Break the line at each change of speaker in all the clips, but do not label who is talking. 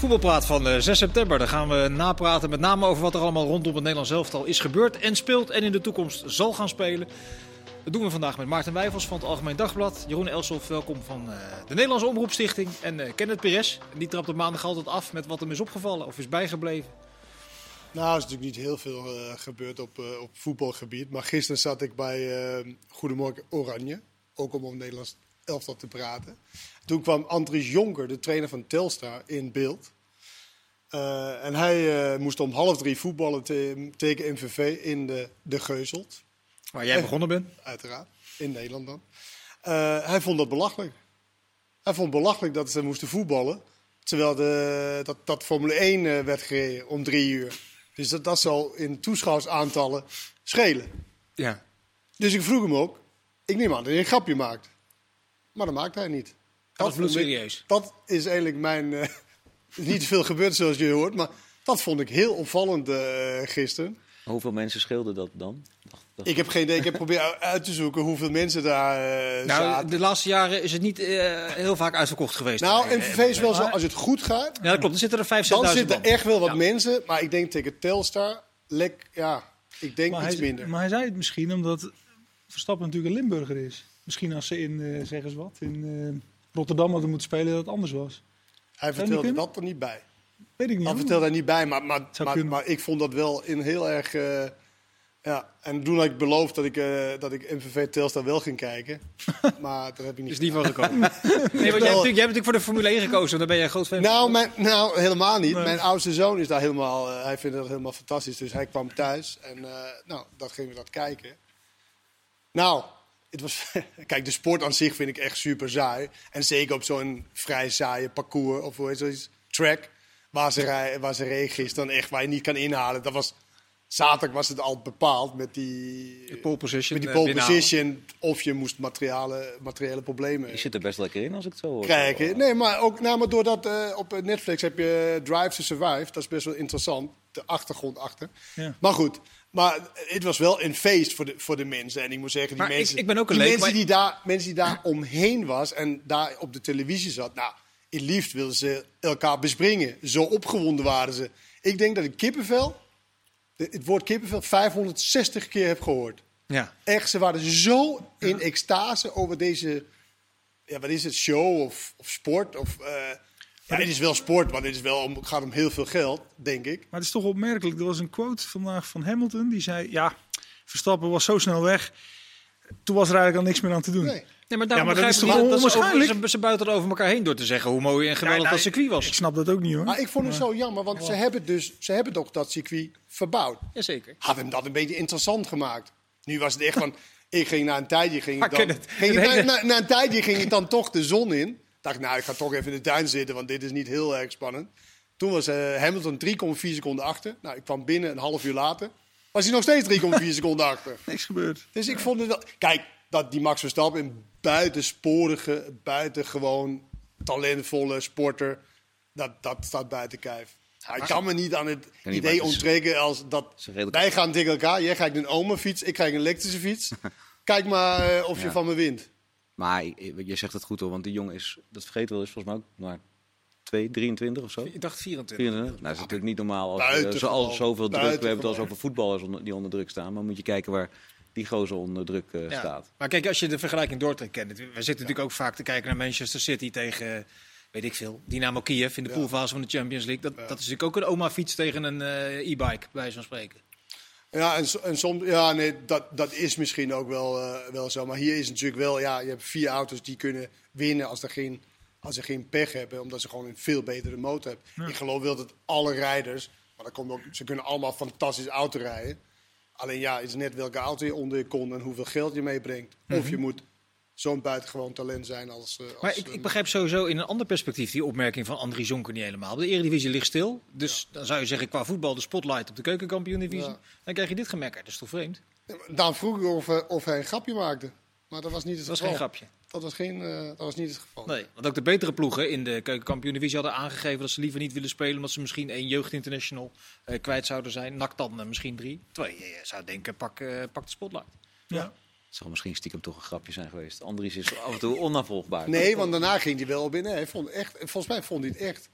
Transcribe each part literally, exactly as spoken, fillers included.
voetbalpraat van uh, zes september. Daar gaan we napraten met name over wat er allemaal rondom het Nederlands elftal is gebeurd en speelt en in de toekomst zal gaan spelen. Dat doen we vandaag met Maarten Wijfels van het Algemeen Dagblad. Jeroen Elshoff, welkom van uh, de Nederlandse Omroepstichting. En uh, Kenneth Perez, die trapt op maandag altijd af met wat hem is opgevallen of is bijgebleven.
Nou, er is natuurlijk niet heel veel uh, gebeurd op, uh, op voetbalgebied. Maar gisteren zat ik bij uh, Goedemorgen Oranje. Ook om over het Nederlands elftal te praten. Toen kwam Andries Jonker, de trainer van Telstar, in beeld. Uh, en hij uh, moest om half drie voetballen te, tegen M V V in de, de Geuzelt.
Waar jij en, begonnen bent?
Uiteraard, in Nederland dan. Uh, hij vond dat belachelijk. Hij vond het belachelijk dat ze moesten voetballen. Terwijl de, dat, dat Formule één uh, werd gereden om drie uur. Dus dat, dat zal in toeschouwersaantallen schelen.
Ja.
Dus ik vroeg hem ook. Ik neem aan dat hij een grapje maakt. Maar dat maakt hij niet.
Dat is bloedserieus.
Dat is eigenlijk mijn... Uh, niet veel gebeurd zoals je hoort. Maar dat vond ik heel opvallend uh, gisteren.
Hoeveel mensen scheelde dat dan? Dat, dat...
Ik heb geen idee. Ik heb geprobeerd uit te zoeken hoeveel mensen daar uh,
nou,
zaten.
De laatste jaren is het niet uh, heel vaak uitverkocht geweest.
Nou, M V V is wel zo, als het goed gaat...
Ja, dat klopt. Er zitten er vijf, zesduizend
dan zitten er echt wel wat
ja.
mensen. Maar ik denk tegen Telstar... Lek, ja, ik denk
maar
iets
hij,
minder.
Maar hij zei het misschien omdat Verstappen natuurlijk een Limburger is. Misschien als ze in, uh, zeg eens wat, in uh, Rotterdam hadden moeten spelen, dat het anders was.
Hij vertelde dat er niet bij.
Weet ik niet.
Hij vertelde daar niet bij, maar, maar, maar, maar ik vond dat wel in heel erg... Uh, ja, en toen had ik beloofd dat ik, uh, dat ik M V V Telstar wel ging kijken. Maar daar heb ik niet...
Is niet van gekomen. Nee, want jij hebt, jij hebt natuurlijk voor de Formule één gekozen. Daar ben jij een groot fan
nou,
van.
mijn, nou, helemaal niet.
Nee.
Mijn oudste zoon is daar helemaal... Uh, hij vindt dat helemaal fantastisch. Dus hij kwam thuis en uh, nou, dat gingen we dat kijken. Nou... Het was, kijk, de sport aan zich vind ik echt super saai. En zeker op zo'n vrij saaie parcours of hoe heet zoiets, track, waar ze, rij, waar ze reden gisteren, echt waar je niet kan inhalen. Dat was, zaterdag was het al bepaald met die
de pole position.
Met die pole position of je moest materiële, materiële problemen.
Je zit er best lekker in als ik het zo hoor.
Krijgen. Nee, maar ook nou, maar doordat uh, op Netflix heb je Drive to Survive. Dat is best wel interessant. De achtergrond achter.
Ja.
Maar goed. Maar het was wel een feest voor de, voor de mensen. En ik moet zeggen, die,
maar
mensen,
ik, ik ben ook een
die,
leek,
mensen,
maar...
die daar, mensen die daar omheen was en daar op de televisie zat. Nou, in liefst wilden ze elkaar bespringen. Zo opgewonden waren ze. Ik denk dat ik kippenvel, het woord kippenvel, vijfhonderdzestig keer heb gehoord.
Ja.
Echt, ze waren zo in extase over deze, ja, wat is het, show of, of sport. Of, uh, ja, dit is wel sport, maar dit is wel om, het gaat om heel veel geld, denk ik.
Maar het is toch opmerkelijk. Er was een quote vandaag van Hamilton. Die zei, ja, Verstappen was zo snel weg. Toen was er eigenlijk al niks meer aan te doen.
Nee.
Nee, maar,
ja, maar dat is toch
dat
onwaarschijnlijk?
Ze, ze buiten over elkaar heen door te zeggen hoe mooi en geweldig
Ja, nou,
dat circuit was.
Ik snap dat ook niet hoor.
Maar ik vond het zo jammer, want ze hebben dus ze hebben toch dat circuit verbouwd.
Jazeker.
Had hem dat een beetje interessant gemaakt. Nu was het echt van, ik ging na een tijdje ging ik
Maar
dan,
het,
ging
het
ik,
hele...
na, na een tijdje ging ik dan toch de zon in. Dacht, nou, ik ga toch even in de tuin zitten, want dit is niet heel erg spannend. Toen was uh, Hamilton drie komma vier seconden achter. Nou, ik kwam binnen een half uur later. Was hij nog steeds drie komma vier seconden achter.
Niks gebeurd.
Dus ik vond het wel... Kijk, dat die Max Verstappen een buitensporige, buitengewoon talentvolle sporter, dat, dat staat buiten kijf. Ja, ik kan me niet aan het
niet,
idee
het is-
onttrekken als dat
redelijk-
wij gaan tegen elkaar. Jij krijgt een oma-fiets, ik krijg een elektrische fiets. Kijk maar uh, of je
Ja.
van me wint.
Maar je je zegt het goed hoor, want die jongen is, dat vergeten wel eens volgens mij ook, maar twee, drieëntwintig of zo.
Ik dacht vierentwintig.
vierentwintig. Nou, dat is natuurlijk niet normaal als je
Buitengewoon.
zo, zoveel druk. We hebben het al eens
Buitengewoon.
over voetballers onder- die onder druk staan, maar moet je kijken waar die gozer onder druk uh,
Ja.
staat.
Maar kijk, als je de vergelijking doortrekt, Kenneth. We zitten natuurlijk ook vaak te kijken naar Manchester City tegen, weet ik veel, Dynamo Kiev in de
Ja.
poolfase van de Champions League. Dat,
Ja.
dat is natuurlijk ook een oma-fiets tegen een uh, e-bike, bij wijze van spreken.
Ja, en, so- en soms, ja, nee, dat, dat is misschien ook wel, uh, wel zo. Maar hier is natuurlijk wel, ja, je hebt vier auto's die kunnen winnen als, er geen, als ze geen pech hebben, omdat ze gewoon een veel betere motor hebben.
Ja.
Ik geloof wel dat alle rijders, maar dat komt ook, ze kunnen allemaal fantastisch auto rijden. Alleen ja, het is net welke auto je onder je kon en hoeveel geld je meebrengt.
Mhm.
Of je moet zo'n buitengewoon talent zijn als... Uh, als
Maar ik,
uh,
ik begrijp sowieso in een ander perspectief die opmerking van Andries Jonker niet helemaal. De Eredivisie ligt stil, dus dan zou je zeggen qua voetbal de spotlight op de keukenkampioen-divisie.
Ja.
Dan krijg je dit gemekker, dat is toch vreemd?
Daarom vroeg ik of, uh, of hij een grapje maakte. Maar dat was niet het
Dat was
geval.
geen grapje.
Dat was, geen, uh, dat was niet het geval.
Nee, want ook de betere ploegen in de keukenkampioen-divisie hadden aangegeven dat ze liever niet willen spelen, omdat ze misschien één jeugdinternational uh, kwijt zouden zijn. N A C dan uh, misschien drie. Terwijl je uh, zou denken, pak, uh, pak de spotlight.
Ja.
Het zal misschien stiekem toch een grapje zijn geweest. Andries is af en toe onafvolgbaar.
Nee, want daarna ging hij wel binnen. Hij vond echt, volgens mij vond hij het echt.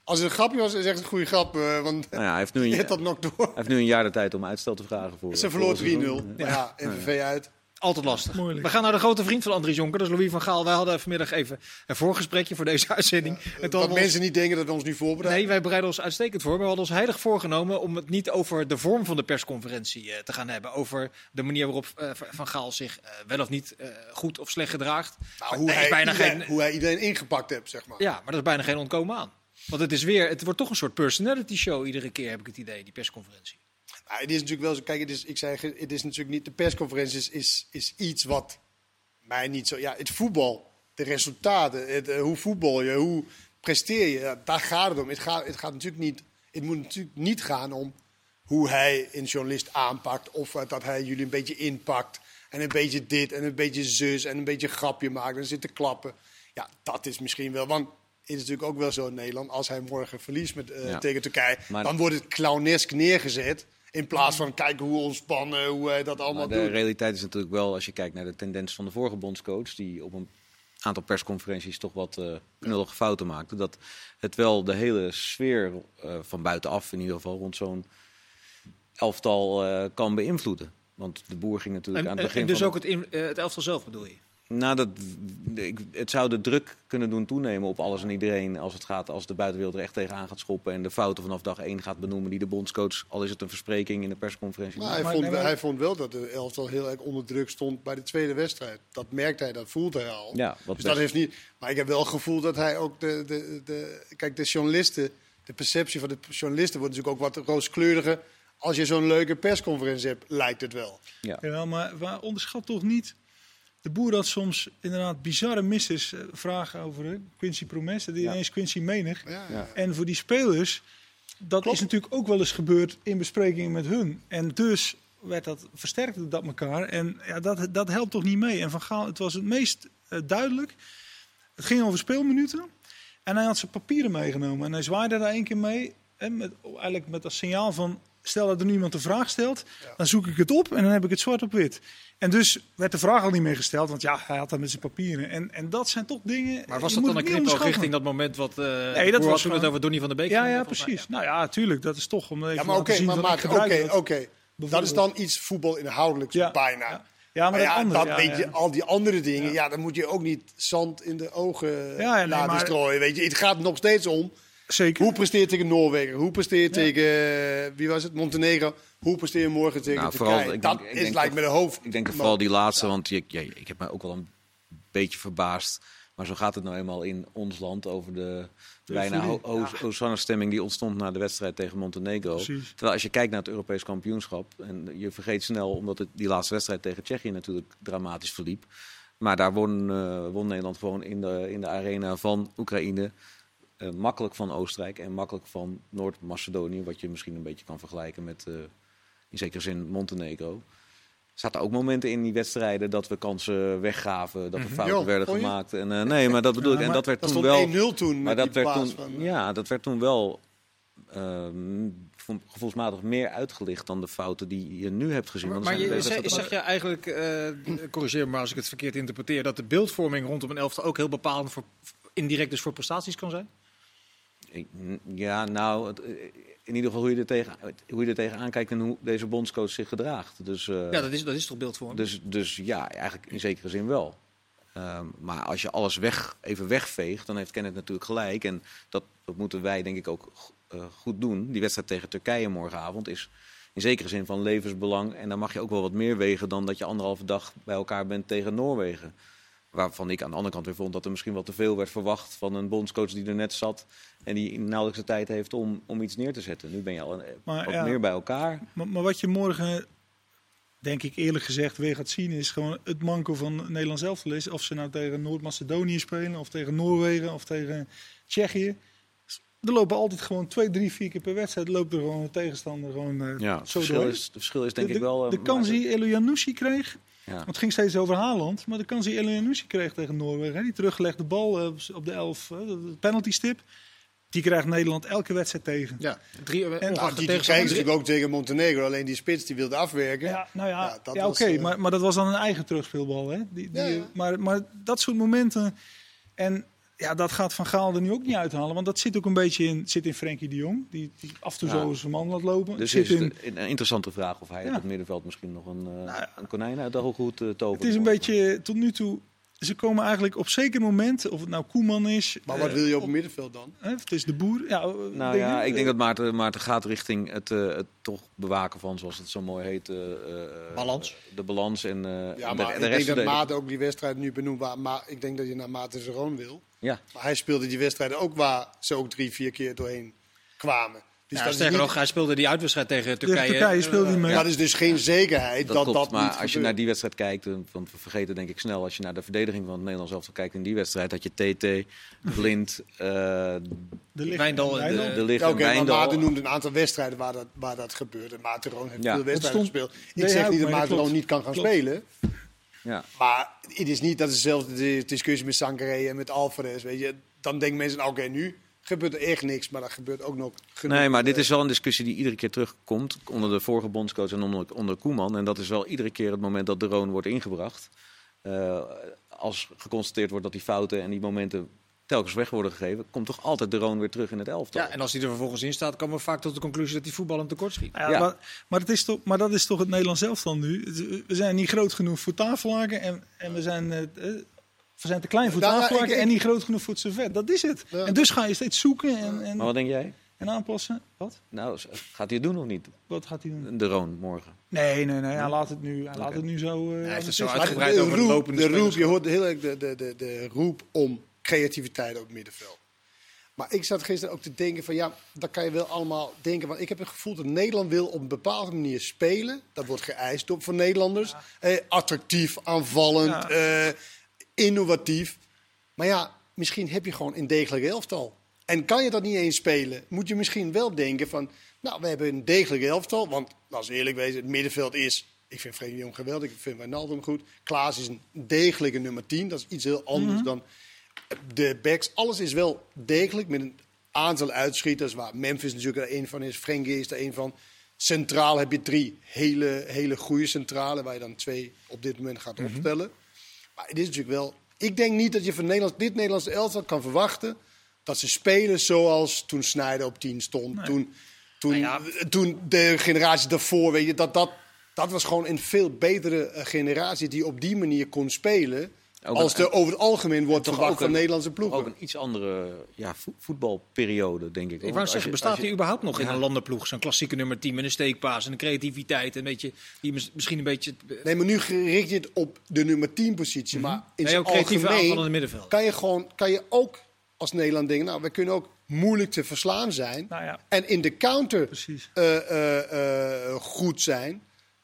Als het een grapje was, is het echt een goede grap. Uh, want
Nou ja, hij heeft nu
je
een,
hebt dat nog door.
hij heeft nu een jaar de tijd om uitstel te vragen. Voor,
Ze
voor
verloor
het seizoen.
drie nul. Ja, M V V uit.
Altijd lastig.
Moeilijk.
We gaan naar de grote vriend van Andries Jonker, dat is Louis van Gaal. Wij hadden vanmiddag even een voorgesprekje voor deze uitzending.
Ja,
En
dat
toen hadden we
mensen niet denken dat we ons nu voorbereiden.
Nee, wij bereiden ons uitstekend voor. Maar we hadden ons heilig voorgenomen om het niet over de vorm van de persconferentie uh, te gaan hebben. Over de manier waarop uh, Van Gaal zich uh, wel of niet uh, goed of slecht gedraagt.
Nou, hoe,
Er is
hij
bijna
iedereen,
geen...
hoe hij iedereen ingepakt heeft, zeg maar.
Ja, maar dat is bijna geen ontkomen aan. Want het is weer, het wordt toch een soort personality show iedere keer, heb ik het idee, die persconferentie.
Nou, het is natuurlijk wel zo. Kijk, het is, ik zei, het is natuurlijk niet. De persconferentie is, is, is iets wat mij niet zo. Ja, het voetbal, de resultaten, het, uh, hoe voetbal je, hoe presteer je, ja, daar gaat het om. Het gaat, het gaat natuurlijk niet. Het moet natuurlijk niet gaan om hoe hij een journalist aanpakt of uh, dat hij jullie een beetje inpakt en een beetje dit en een beetje zus en een beetje een grapje maakt en zit te klappen. Ja, dat is misschien wel. Want het is natuurlijk ook wel zo in Nederland. Als hij morgen verliest met, uh,
Ja.
tegen Turkije,
Maar
dan wordt het clownesk neergezet. In plaats van kijken hoe ontspannen, hoe hij dat allemaal
Maar de
doet.
realiteit is natuurlijk wel, als je kijkt naar de tendens van de vorige bondscoach, die op een aantal persconferenties toch wat uh, knullige fouten maakte, dat het wel de hele sfeer uh, van buitenaf in ieder geval rond zo'n elftal uh, kan beïnvloeden. Want de Boer ging natuurlijk
En,
aan het
en,
begin
en dus
van
ook het, in, uh, het elftal zelf bedoel je?
Nou, dat, ik, het zou de druk kunnen doen toenemen op alles en iedereen als het gaat, als de buitenwereld er echt tegenaan gaat schoppen en de fouten vanaf dag één gaat benoemen die de bondscoach, al is het een verspreking in de persconferentie.
Maar hij,
Maar-
vond,
nee, maar-
hij vond wel dat de elftal heel erg onder druk stond bij de tweede wedstrijd. Dat merkte hij, dat voelde hij al.
Ja, wat
dus dat
best-
heeft niet. Maar ik heb wel het gevoel dat hij ook de, de, de. Kijk, de journalisten, de perceptie van de journalisten wordt natuurlijk ook wat rooskleuriger. Als je zo'n leuke persconferentie hebt, lijkt het wel.
Ja.
Ja, maar, maar onderschat toch niet. De Boer had soms inderdaad bizarre missers. Uh, vragen over uh, Quincy Promes. Die
Ja.
ineens Quincy Menig.
Ja,
Ja.
En voor die spelers, dat
Klopt.
is natuurlijk ook wel eens gebeurd in besprekingen met hun. En dus werd dat, versterkte dat elkaar. En ja, dat, dat helpt toch niet mee. En Van Gaal, het was het meest uh, duidelijk. Het ging over speelminuten. En hij had zijn papieren meegenomen. En hij zwaaide daar één keer mee. En met, eigenlijk met als signaal van, stel dat er nu iemand een vraag stelt,
Ja.
dan zoek ik het op en dan heb ik het zwart op wit. En dus werd de vraag al niet meer gesteld, want ja, hij had dat met zijn papieren. En, en dat zijn toch dingen...
Maar was
je
dat
moet
dan een
het niet
knipoog
onderschatten.
richting dat moment wat uh,
Nee, dat
Boer
was
had toen het
gewoon-
over Donny van der Beek?
Ja,
ging,
ja,
volgens mij.
precies. Nou ja, tuurlijk. Dat is toch om even
Ja, maar
laten
oké,
zien
maar
dat ik
maak,
gebruik
oké,
dat.
oké. Dat is dan iets voetbalinhoudelijks,
Ja,
bijna.
ja. Ja, maar
Maar
dat
ja,
andere,
dat
ja,
weet
ja.
je, al die andere dingen,
Ja.
ja. dan moet je ook niet zand in de ogen
Ja, nee,
laten
maar-
strooien. Weet je. Het gaat nog steeds om
Zeker.
hoe presteer je tegen Noorwegen, hoe presteer je
Ja.
tegen, uh, wie was het, Montenegro, hoe presteer je morgen tegen
Nou,
Turkije.
vooral, ik denk-
dat
ik
is
denk
lijkt me de hoofd.
Ik denk dat vooral die laatste, want je, ja, ik heb me ook wel een beetje verbaasd. Maar zo gaat het nou eenmaal in ons land over de bijna ho- ho- Hosanna-stemming die ontstond na de wedstrijd tegen Montenegro.
Precies.
Terwijl als je kijkt naar het Europees kampioenschap, en je vergeet snel, omdat het, die laatste wedstrijd tegen Tsjechië natuurlijk dramatisch verliep. Maar daar won, uh, won Nederland gewoon in de, in de arena van Oekraïne. Uh, makkelijk van Oostenrijk en makkelijk van Noord-Macedonië. Wat je misschien een beetje kan vergelijken met, uh, in zekere zin, Montenegro. Er zaten ook momenten in die wedstrijden dat we kansen weggaven, dat er fouten
Jo,
werden
vond je?
gemaakt. En, uh, nee, maar dat bedoel
Ja,
ik. En
maar
dat werd
Dat
toen
stond
wel.
één nul toen
Maar
met
dat
die
werd
paas
toen,
van...
ja, dat werd toen wel uh, gevoelsmatig meer uitgelicht dan de fouten die je nu hebt gezien.
Maar,
Want er
maar
zijn
je,
deze
zeg,
wedstrijden-
zeg je eigenlijk, uh, corrigeer me maar als ik het verkeerd interpreteer, dat de beeldvorming rondom een elftal ook heel bepalend voor, indirect dus voor prestaties kan zijn?
Ik- Ja, nou, het, in ieder geval hoe je er tegen, hoe je er tegenaan kijkt en hoe deze bondscoach zich gedraagt. Dus, uh,
Ja, dat is, dat is toch beeldvorming?
dus, dus ja, eigenlijk in zekere zin wel. Um, maar als je alles weg, even wegveegt, dan heeft Kenneth natuurlijk gelijk. En dat, dat moeten wij denk ik ook uh, goed doen. Die wedstrijd tegen Turkije morgenavond is in zekere zin van levensbelang. En dan mag je ook wel wat meer wegen dan dat je anderhalve dag bij elkaar bent tegen Noorwegen. Waarvan ik aan de andere kant weer vond dat er misschien wel te veel werd verwacht van een bondscoach die er net zat. En die nauwelijks de tijd heeft om, om iets neer te zetten. Nu ben je al een,
Maar,
wat
ja.
meer bij elkaar.
Maar, maar wat je morgen, denk ik eerlijk gezegd, weer gaat zien, is gewoon het manco van Nederland zelf is. Of ze nou tegen Noord-Macedonië spelen, of tegen Noorwegen, of tegen Tsjechië. Er lopen altijd gewoon twee, drie, vier keer per wedstrijd loopt er gewoon een tegenstander gewoon uh,
Ja, het
zo
verschil
door.
is, het verschil is denk
de,
ik wel... uh,
de kans die Elyounoussi kreeg,
Ja.
want het ging steeds over Haaland, maar de kans die Elyounoussi kreeg tegen Noorwegen, hè, die teruggelegde bal uh, op de elf, uh, de penalty stip, die krijgt Nederland elke wedstrijd tegen.
Ja.
Drie,
En-
ongeacht
Nou,
de
die
tegenstander.
krijgen natuurlijk ook tegen Montenegro. Alleen die spits die wilde afwerken.
Ja, nou ja,
Ja, dat
ja
was,
oké,
uh,
maar, maar dat was dan een eigen terugspeelbal. Hè? Die, die,
Ja, ja.
Maar, maar dat soort momenten. En ja, dat gaat Van Gaal er nu ook niet uithalen. Want dat zit ook een beetje in, zit in Frenkie de Jong. Die, die af en toe
Ja.
zo zijn man laat lopen.
Dus
zit
is het
in,
een interessante vraag of hij
Ja.
op het middenveld misschien nog een, uh,
Nou,
een konijn uit de hoge hoed uh, tovert.
het is een beetje, tot nu toe, ze komen eigenlijk op zeker moment, of het nou Koeman is...
Maar wat
eh,
wil je op
of-
het middenveld dan?
hè, het is de boer. Ja, eh,
Nou
denk
ja,
je?
ik denk dat Maarten, Maarten gaat richting het, uh, het toch bewaken van, zoals het zo mooi heet... Uh, uh,
Balans.
De balans en, uh,
Ja,
en de,
maar
de
ik
rest
denk dat
verdedigen.
Maarten ook die wedstrijd nu benoemt. Waar, maar ik denk dat je naar Maarten Zeroon wil.
Ja.
Maar hij speelde die wedstrijden ook waar ze ook drie, vier keer doorheen kwamen. Dus
Ja,
dat, is
sterker
niet,
nog, hij speelde die uitwedstrijd tegen Turkije.
Tegen Turkije speelde hij
eh,
mee.
dat is dus geen zekerheid
Dat,
dat
klopt,
dat
maar
niet
als je
gebeurt.
naar die wedstrijd kijkt, uh, want we vergeten denk ik snel, als je naar de verdediging van het Nederlands elftal kijkt in die wedstrijd, dat je T T, Blind, uh,
de Ligt-
Wijndal en de-
Wijndal.
De Ligt
Ja,
en
Oké, maar
Wijndal.
Maarten noemde een aantal wedstrijden waar dat, waar dat gebeurde. Maarten Roon heeft
Ja.
veel wedstrijden
stond-
gespeeld.
deed
Ik zeg
hij
niet
ook
dat
mee,
Maarten
klopt.
Roon niet kan gaan
Klopt.
spelen.
Ja.
Maar het is niet dat is dezelfde de discussie met Sangaré en met Alvarez. Weet je. Dan denken mensen, nou, oké, nu gebeurt er echt niks. Maar dat gebeurt ook nog genoeg.
Nee, maar dit
eh,
is wel een discussie die iedere keer terugkomt onder de vorige bondscoach en onder, onder Koeman. En dat is wel iedere keer het moment dat de Roon wordt ingebracht. Uh, als geconstateerd wordt dat die fouten en die momenten telkens weg worden gegeven, komt toch altijd de Roon weer terug in het elftal.
Ja, en als hij er vervolgens in staat, komen we vaak tot de conclusie dat hij voetballend tekort schiet.
Ja,
Ja.
Maar, maar, het is toch, maar dat is toch het Nederlands elftal nu. We zijn niet groot genoeg voor tafellaken en, en we zijn... eh, eh, we zijn te klein voor
Nou,
tafellaken
ik- ik-
en niet groot genoeg voor het servet. Dat is het.
Ja.
En dus ga je steeds zoeken en, en,
Maar wat denk jij?
en aanpassen. Wat?
Nou, gaat hij het doen of niet?
Wat gaat hij doen?
De Roon morgen.
Nee, nee, nee. Hij laat het nu, hij laat
Oké.
het nu zo... eh,
Hij heeft
als
het
het
zo
is.
uitgebreid
de
over de
roep,
lopende
de roep,
spelers.
je hoort heel erg de, de, de, de roep om creativiteit op het middenveld. Maar ik zat gisteren ook te denken van ja, dat kan je wel allemaal denken. Want ik heb het gevoel dat Nederland wil op een bepaalde manier spelen. Dat wordt geëist op van Nederlanders. Eh, attractief, aanvallend,
Ja.
eh, innovatief. Maar ja, misschien heb je gewoon een degelijk elftal. En kan je dat niet eens spelen, moet je misschien wel denken van... Nou, we hebben een degelijk elftal. Want, laten we eerlijk wezen, het middenveld is... Ik vind Frenkie de Jong geweldig, ik vind Wijnaldum goed. Klaas is een degelijke nummer tien. Dat is iets heel anders dan de backs. Alles is wel degelijk met een aantal uitschieters. Waar Memphis natuurlijk er een van is. Frenkie is er een van. Centraal heb je drie hele, hele goede centrale. Waar je dan twee op dit moment gaat opstellen. Maar het is natuurlijk wel... Ik denk niet dat je van Nederland, dit Nederlandse elftal kan verwachten... dat ze spelen zoals toen Sneijder op tien stond.
Nee.
Toen, toen,
Nou
toen de generatie daarvoor, weet je, dat, dat, dat was gewoon een veel betere eh, generatie... die op die manier kon spelen...
Ook
als
een-
er over het algemeen wordt
toch
verwacht
ook
van
een-
Nederlandse ploegen.
Ook een iets andere ja, vo- voetbalperiode, denk ik.
Ik
Want
wou
als
zeggen,
je-
bestaat
als je-
die überhaupt nog in
Ja.
een landenploeg? Zo'n klassieke nummer tien met een steekpaas en een creativiteit. Een beetje, die mis- misschien een beetje...
Nee, maar nu richt je het op de nummer tien positie. Maar in
Nee,
zijn
ook creatieve
algemeen
aanvallende middenveld.
kan je, gewoon, kan je ook als Nederland denken... nou, we kunnen ook moeilijk te verslaan zijn.
Nou ja,
En in de counter
precies.
eh, eh, eh, goed zijn.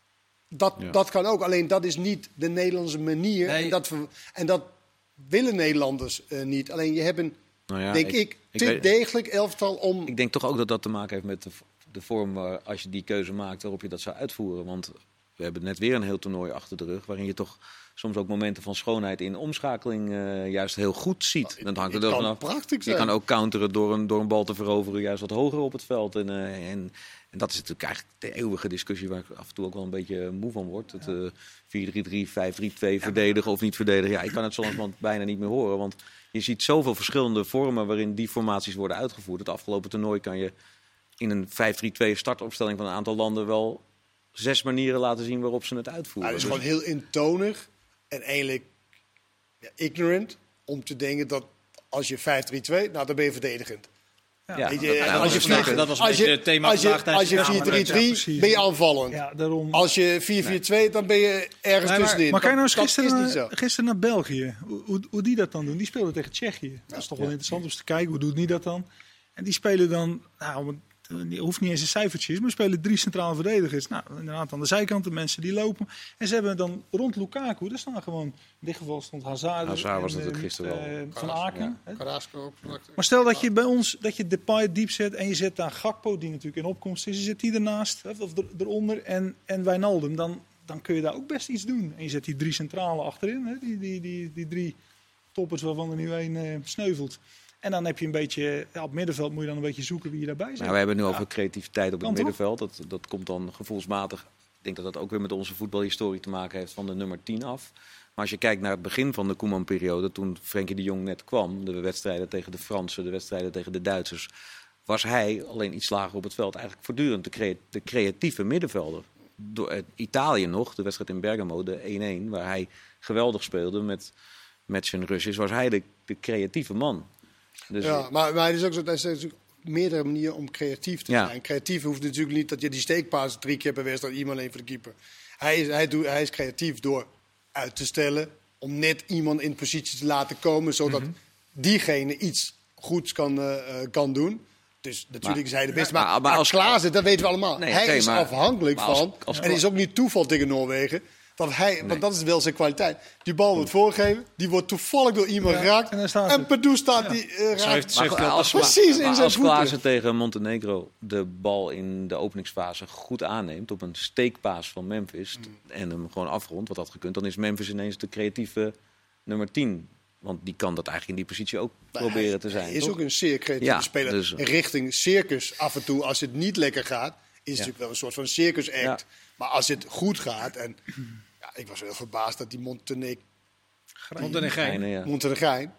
Dat,
Ja.
dat kan ook. Alleen dat is niet de Nederlandse manier.
Nee.
En, dat, ver- en dat willen Nederlanders eh, niet. Alleen je hebt een,
Nou ja,
denk ik,
ik
te
weet-
degelijk elftal om...
Ik denk toch ook dat dat te maken heeft met de, v- de vorm waar, als je die keuze maakt waarop je dat zou uitvoeren. Want we hebben net weer een heel toernooi achter de rug waarin je toch soms ook momenten van schoonheid in omschakeling eh, juist heel goed ziet. Dan hangt
het
er
kan
vanaf.
prachtig
Je
zijn.
kan ook counteren door een, door een bal te veroveren juist wat hoger op het veld. En, eh, en, en dat is natuurlijk eigenlijk de eeuwige discussie waar ik af en toe ook wel een beetje moe van word. Het eh, vier drie drie, vijf drie twee verdedigen of niet verdedigen. Ja, ik kan het zo langzamerhand bijna niet meer horen. Want je ziet zoveel verschillende vormen waarin die formaties worden uitgevoerd. Het afgelopen toernooi kan je in een vijf drie twee startopstelling van een aantal landen wel zes manieren laten zien waarop ze het uitvoeren.
Nou, het is
Dus-
gewoon heel eentonig en eigenlijk ja, ignorant om te denken dat als je vijf drie twee, nou dan ben je verdedigend.
ja,
Weet je,
dat-
en
ja,
als je
dat snap
vier-
ik.
dat was een
als
beetje
je,
het thema
als je,
vandaag tijdens
als je
de
vier drie
Ja,
drie
precies.
ben je aanvallend.
Ja, daarom.
Als je vier vier twee, dan ben je ergens
Nee, maar-
tussenin.
Maar kijk nou eens
dat, dat
gisteren,
is niet
naar,
zo.
gisteren naar België. Hoe, hoe, hoe die dat dan doen. Die speelden tegen Tsjechië. Dat is toch wel interessant om eens te kijken. Hoe doet die dat dan? En die spelen dan... Nou, want, eh, hoeft niet eens een cijfertjes. Maar spelen drie centrale verdedigers. Nou, inderdaad aan de zijkant de mensen die lopen. En ze hebben dan rond Lukaku... Daar staan gewoon... In dit geval stond Hazard.
Hazard was
en,
natuurlijk
eh,
gisteren wel.
eh, Van Aken. hè.
Carrasco ook.
Maar stel dat je bij ons dat je Depay diep zet en je zet daar Gakpo, die natuurlijk in opkomst is, je zet die ernaast hè, of er, eronder en, en Wijnaldum, dan, dan kun je daar ook best iets doen. En je zet die drie centrale achterin, hè, die, die, die, die drie toppers waarvan er nu één eh, sneuvelt. En dan heb je een beetje, ja, op het middenveld moet je dan een beetje zoeken wie je daarbij zet.
Nou, we hebben het nu over creativiteit op het
Kan toch?
middenveld. Dat, dat komt dan gevoelsmatig denk dat dat ook weer met onze voetbalhistorie te maken heeft van de nummer tien af. Maar als je kijkt naar het begin van de Koeman-periode, toen Frenkie de Jong net kwam, de wedstrijden tegen de Fransen, de wedstrijden tegen de Duitsers, was hij alleen iets lager op het veld eigenlijk voortdurend de, crea- de creatieve middenvelder. Door uh, Italië nog, de wedstrijd in Bergamo, de één-één, waar hij geweldig speelde met, met zijn Russisch, was hij de, de creatieve man. Dus,
ja, maar, maar het is ook zo, er zijn natuurlijk meerdere manieren om creatief te
Ja.
zijn. Creatief hoeft natuurlijk niet dat je die steekpaas drie keer per wedstrijd iemand alleen voor de keeper. Hij is, hij, doet, hij is creatief door uit te stellen, om net iemand in positie te laten komen, zodat
Mm-hmm.
diegene iets goeds kan, uh, kan doen. Dus natuurlijk
Maar-
is hij de beste.
Ja,
Maar,
maar
maar
als-
Klaassen, dat weten we allemaal.
Nee,
hij
oké,
is
maar-
afhankelijk
maar als-
van,
als-
en het is ook niet toeval tegen Noorwegen, dat hij,
Nee.
want dat is wel zijn kwaliteit. Die bal wordt voorgegeven, die wordt toevallig door iemand
Ja,
geraakt.
en dan staat
En
het.
Perdoe staat die uh,
Zo heeft-
raakt.
zo heeft hij
Maar
al
als,
precies in
maar
zijn
als
voeten.
Klaassen tegen Montenegro de bal in de openingsfase goed aanneemt op een steekpaas van Memphis
Mm.
en hem gewoon afrondt, wat had gekund, dan is Memphis ineens de creatieve nummer tien. Want die kan dat eigenlijk in die positie ook
Maar
proberen
hij-
te zijn.
Hij is
toch?
ook een zeer creatieve
Ja,
speler.
dus-
Richting circus af en toe, als het niet lekker gaat, is het natuurlijk wel een soort van circus act.
Ja.
Maar als het goed gaat, en ja, ik was wel verbaasd dat die Montenegro,
Montenegijn.
Ja.
Montenegrijn,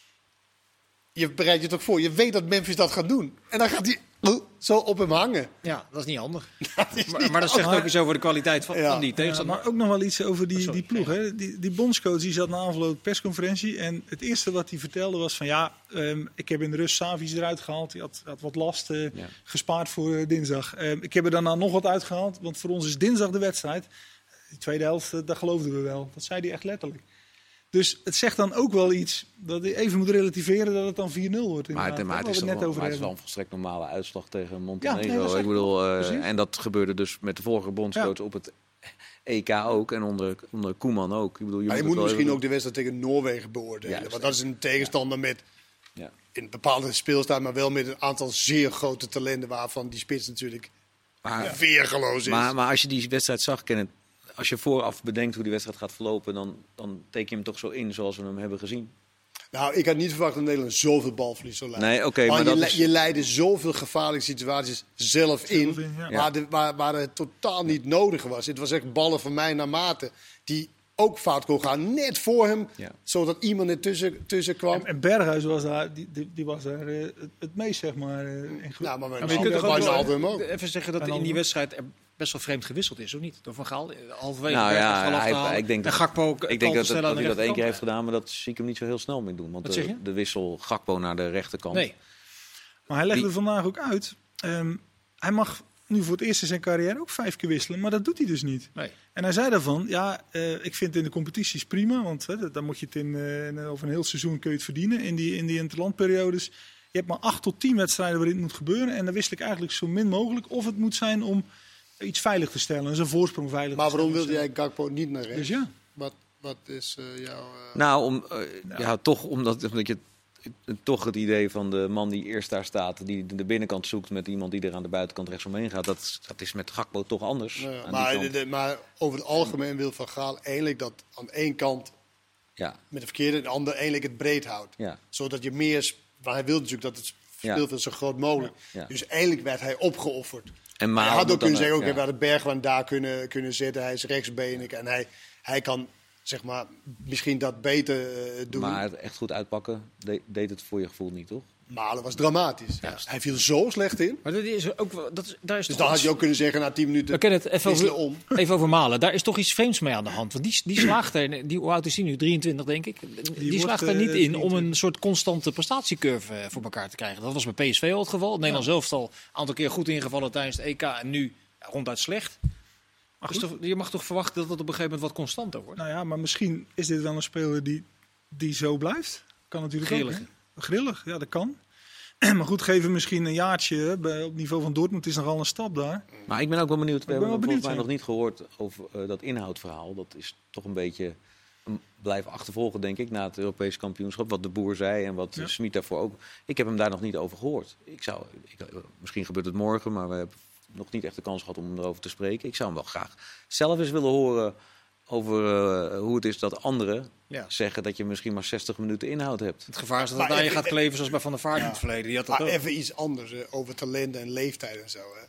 je bereidt je toch voor, je weet dat Memphis dat gaat doen. En dan gaat hij uh, zo op hem hangen.
Ja, dat is niet handig.
Dat is
Maar,
niet
maar dat zegt
handig.
ook iets over de kwaliteit van,
Ja.
van die
Ja,
tegenstander.
maar ook nog wel iets over die,
Sorry,
die ploeg. Hè. Die, die bondscoach die zat na afloop op de persconferentie. En het eerste wat hij vertelde was van ja, um, ik heb in de rust Savic eruit gehaald. Die had, had wat last uh,
Ja.
gespaard voor uh, dinsdag. Um, ik heb er daarna nog wat uitgehaald. Want voor ons is dinsdag de wedstrijd. Die tweede helft, uh, dat geloofden we wel. Dat zei hij echt letterlijk. Dus het zegt dan ook wel iets dat hij even moet relativeren dat het dan vier nul wordt.
Maar, het,
inderdaad,
maar,
hè,
het is
waar we
toch
het
wel,
net over
maar het is wel
hebben.
een volstrekt normale uitslag tegen
Ja,
Montenegro.
nee, dat zeg
ik
ik.
bedoel, uh,
Precies.
en dat gebeurde dus met de vorige bondscoach op het E K ook en onder, onder Koeman ook. Ik bedoel, je
Maar je
moet,
moet
het wel
misschien
even-
ook de wedstrijd tegen Noorwegen beoordelen.
Juist.
Want dat is een tegenstander met
Ja.
in bepaalde speelstijl, maar wel met een aantal zeer grote talenten, waarvan die spits natuurlijk
Maar,
weergeloos is.
maar, maar als je die wedstrijd zag, Kenneth, als je vooraf bedenkt hoe die wedstrijd gaat verlopen, dan, dan teken je hem toch zo in zoals we hem hebben gezien.
Nou, ik had niet verwacht dat Nederland zoveel balverlies zou leiden.
Nee, oké,
Want
maar
je,
dat
le-
is-
je leidde zoveel gevaarlijke situaties zelf in,
Zelf in, ja.
waar, de, waar, waar het totaal niet nodig was. Het was echt ballen van mij naar mate, die ook fout kon gaan, net voor hem,
Ja.
zodat iemand er tussen, tussen kwam.
En, en Berghuis was daar, die, die, die was daar uh, het, het meest, zeg maar. Uh, in
Nou, maar
Maar
met
je kunt toch ook
Wijnaldum
wel
ook.
even zeggen dat
En
in die
dan-
wedstrijd er best wel vreemd gewisseld is, of niet? Door Van Gaal, halverwege
Nou
Berghuis
ja,
Gaal
hij-
afgehaald.
ik denk
en
dat-
Gakpo
Ik denk
kant
dat,
stellen
dat,
aan
dat
de
hij dat één keer heeft
rechterkant.
gedaan, maar dat zie ik hem niet zo heel snel mee doen. Want
Wat
de,
zeg je?
de wissel Gakpo naar de rechterkant.
Nee,
Maar hij legde
Die-
vandaag ook uit. Um, hij mag nu voor het eerst in zijn carrière ook vijf keer wisselen. Maar dat doet hij dus niet.
nee.
En hij zei daarvan, ja, uh, ik vind het in de competities prima. Want hè, dan moet je het in, uh, over een heel seizoen kun je het verdienen. In die, in die interlandperiodes. Je hebt maar acht tot tien wedstrijden waarin het moet gebeuren. En dan wissel ik eigenlijk zo min mogelijk. Of het moet zijn om iets veilig te stellen. Dus een voorsprong veilig
Maar
te
waarom
stellen.
wilde jij Gakpo niet naar rechts?
Dus ja.
Wat, wat is eh, jouw... eh,
Nou, om, uh, ja, toch omdat, omdat je uh, toch het idee van de man die eerst daar staat, die de binnenkant zoekt met iemand die er aan de buitenkant rechtsomheen gaat, dat, dat is met Gakpo toch anders.
nou ja,
aan die
maar,
kant.
de- de- maar over het algemeen wil Van Gaal eigenlijk dat aan één kant
Ja,
met de verkeerde en de andere eigenlijk het breed houdt.
ja,
Zodat je meer... sp- Maar hij wil natuurlijk dat het
Ja.
speelveld zo groot mogelijk.
Ja.
Dus eigenlijk werd hij opgeofferd.
en
Maar hij
Malen
had ook
moet
kunnen
dan,
zeggen, oké,
ja.
we hadden Bergwijn daar kunnen, kunnen zetten. Hij is rechtsbenig en hij, hij kan zeg maar, misschien dat beter eh, doen.
Maar het echt goed uitpakken de- deed het voor je gevoel niet, toch?
Malen was dramatisch.
Juist.
Hij viel zo slecht in.
Maar dat is ook, wel- dat is, daar is
Dus
toch
dan had
iets-
je ook kunnen zeggen na tien minuten
We kennen het even
wisselen
over,
om.
even over Malen. Daar is toch iets vreemds mee aan de hand. Want die, die slaagt er, die, hoe oud is die nu? drieëntwintig denk ik. Die,
wordt,
slaagt er
eh,
niet in om
drieëntwintig.
een soort constante prestatiecurve eh, voor elkaar te krijgen. Dat was bij P S V al het geval. Het Nederlands elftal een aantal keer goed ingevallen tijdens het E K en nu ja, ronduit slecht.
Maar
Dus
goed.
toch, je mag toch verwachten dat het op een gegeven moment wat constanter wordt.
Nou ja, maar misschien is dit wel een speler die, die zo blijft. Kan natuurlijk
Grillig.
ook. Hè? Grillig, ja, dat kan. Maar goed, geef hem misschien een jaartje hè, bij, op niveau van Dortmund. Het is nogal een stap daar.
Maar ik ben ook wel benieuwd. We
ben
hebben
wel
nog volgens
benieuwd,
mij
ja.
nog niet gehoord over eh, dat inhoudverhaal. Dat is toch een beetje een blijven achtervolgen, denk ik, na het Europees kampioenschap. Wat de Boer zei en wat
Ja.
ja. Smit daarvoor ook. Ik heb hem daar nog niet over gehoord. Ik zou, ik, eh, misschien gebeurt het morgen, maar we hebben nog niet echt de kans gehad om hem erover te spreken. Ik zou hem wel graag zelf eens willen horen over eh, hoe het is dat anderen
Ja.
zeggen dat je misschien maar zestig minuten inhoud hebt.
Het gevaar is dat
Maar
het aan je
even-
gaat kleven zoals bij Van der Vaart in
Ja.
het verleden. Die had dat
Maar
ook.
even iets anders hè, over talenten en leeftijd en zo. Hè.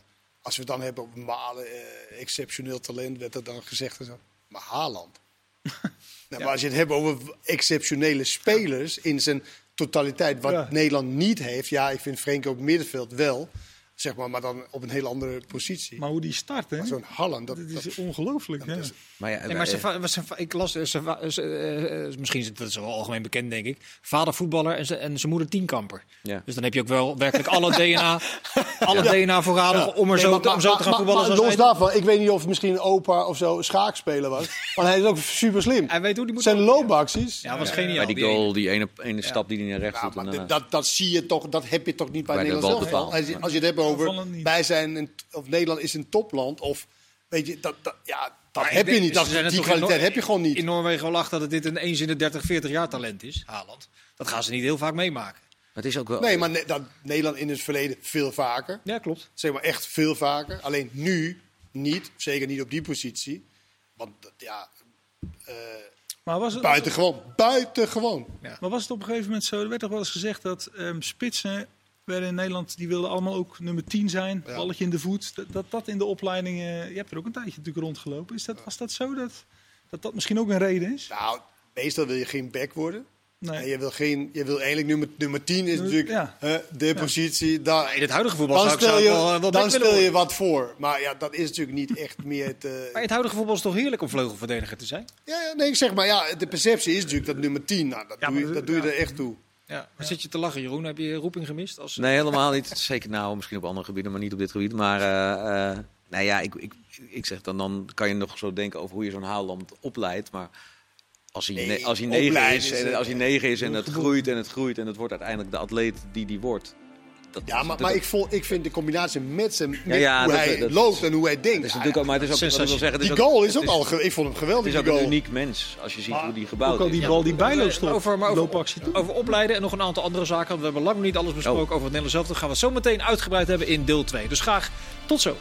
als we het dan hebben op Malen, uh, exceptioneel talent, werd er dan gezegd. En zo. Maar Haaland. nou,
Ja.
Maar als je het hebt over exceptionele spelers in zijn totaliteit, wat
Ja.
Nederland niet heeft. Ja, ik vind Frenkie op het middenveld wel. Zeg maar, maar dan op een hele andere positie.
Maar hoe die start, hè?
Maar zo'n Haaland, dat,
Dat
dat,
is ongelooflijk.
dat
hè?
is-
Maar ja,
Nee, maar ze,
eh,
va- ze, va- ik las, ze, va- ze, eh, misschien is het dat is wel algemeen bekend, denk ik. Vader voetballer en, ze, en zijn moeder tienkamper.
ja.
Dus dan heb je ook wel werkelijk alle D N A, alle D N A voorradig
Ja.
om er
Nee,
zo,
maar-
te, om zo
maar-
te gaan
maar-
voetballen.
maar
zoals
los
hij doet.
daarvan, ik weet niet of misschien een opa of zo een schaakspeler was. Maar hij is ook super slim.
Hij weet hoe die moet
Zijn
doen.
loopacties.
Ja, was
Ja,
geniaal.
bij die
die
goal,
ene.
die ene, ene stap die hij naar rechts
Ja,
doet.
maar
en
dit-
daarna-
dat, dat zie je toch, dat heb je toch niet bij,
Bij de
Nederland zelf.
balbetaal.
Als je, als je het hebt over
Opvallend niet.
wij zijn een, of Nederland is een topland of weet je dat, dat ja dat
Maar ik
heb je
denk-
niet.
ze
Dat,
zijn er
die
toch in
kwaliteit
Noor-
heb je gewoon niet.
In Noorwegen wel lachen dat dit een eens in de dertig, veertig jaar talent is, Haaland. Dat gaan ze niet heel vaak meemaken.
Het is ook wel.
Nee, maar ne- dat, Nederland in het verleden veel vaker.
Ja, klopt.
Zeg maar echt veel vaker. Alleen nu niet, zeker niet op die positie. Want dat, ja, eh
Maar was het,
buitengewoon, buitengewoon.
maar was het op een gegeven moment zo? Er werd toch wel eens gezegd dat ehm, spitsen werden in Nederland, die wilden allemaal ook nummer tien zijn.
Ja.
Balletje in de voet. Dat, dat dat in de opleiding, eh, je hebt er ook een tijdje natuurlijk rondgelopen. Is dat, was dat zo dat, dat dat misschien ook een reden is?
Nou, meestal wil je geen back worden.
Nee.
En je wil geen, je wil eigenlijk nummer, nummer tien is
Nummer-
natuurlijk
ja.
hè, de positie. Daar,
In het huidige voetbal
dan
zou ik
stel
zou
je,
ik wel, wel back
dan
willen
stel je
worden.
wat voor. Maar ja, dat is natuurlijk niet echt meer te...
Maar in het huidige voetbal is het toch heerlijk om vleugelverdediger te zijn?
Ja, ja, nee, ik zeg maar, ja, de perceptie is natuurlijk dat nummer tien. Nou, dat
Ja,
doe je,
maar-
dat doe je
ja.
er echt toe.
Ja. Wat zit je te lachen, Jeroen? Heb je roeping gemist? Als...
Nee, helemaal niet. Zeker nou, misschien op andere gebieden, maar niet op dit gebied. Maar eh, eh, nou ja, ik, ik, ik zeg dan, dan kan je nog zo denken over hoe je zo'n Haaland opleidt. Maar als hij,
Nee,
ne- als hij negen
opleiden
is,
is,
en
eh,
als hij negen is en het groeit en het groeit en het wordt uiteindelijk de atleet die die wordt. Dat,
Ja, maar,
dat-
maar ik, vol, ik vind de combinatie met zijn, met
Ja, ja,
hoe
dat-
hij
dat-
loopt en hoe hij denkt.
het is natuurlijk ook, maar het is ook, wat ik wil zeggen, het is
die
ook-
goal is
het
ook al, ge- ik vond hem
Het
geweldig,
is ook
die
een
goal.
uniek mens, als je ziet hoe die
Ook
gebouwd
al
is.
die
Ja.
bal die bijloopt
Maar over, maar over,
loopactie toe.
over opleiden en nog een aantal andere zaken. Want we hebben lang nog niet alles besproken
Oh.
over het Nederlands zelf. Dat gaan we zo meteen uitgebreid hebben in deel twee. Dus graag tot zo.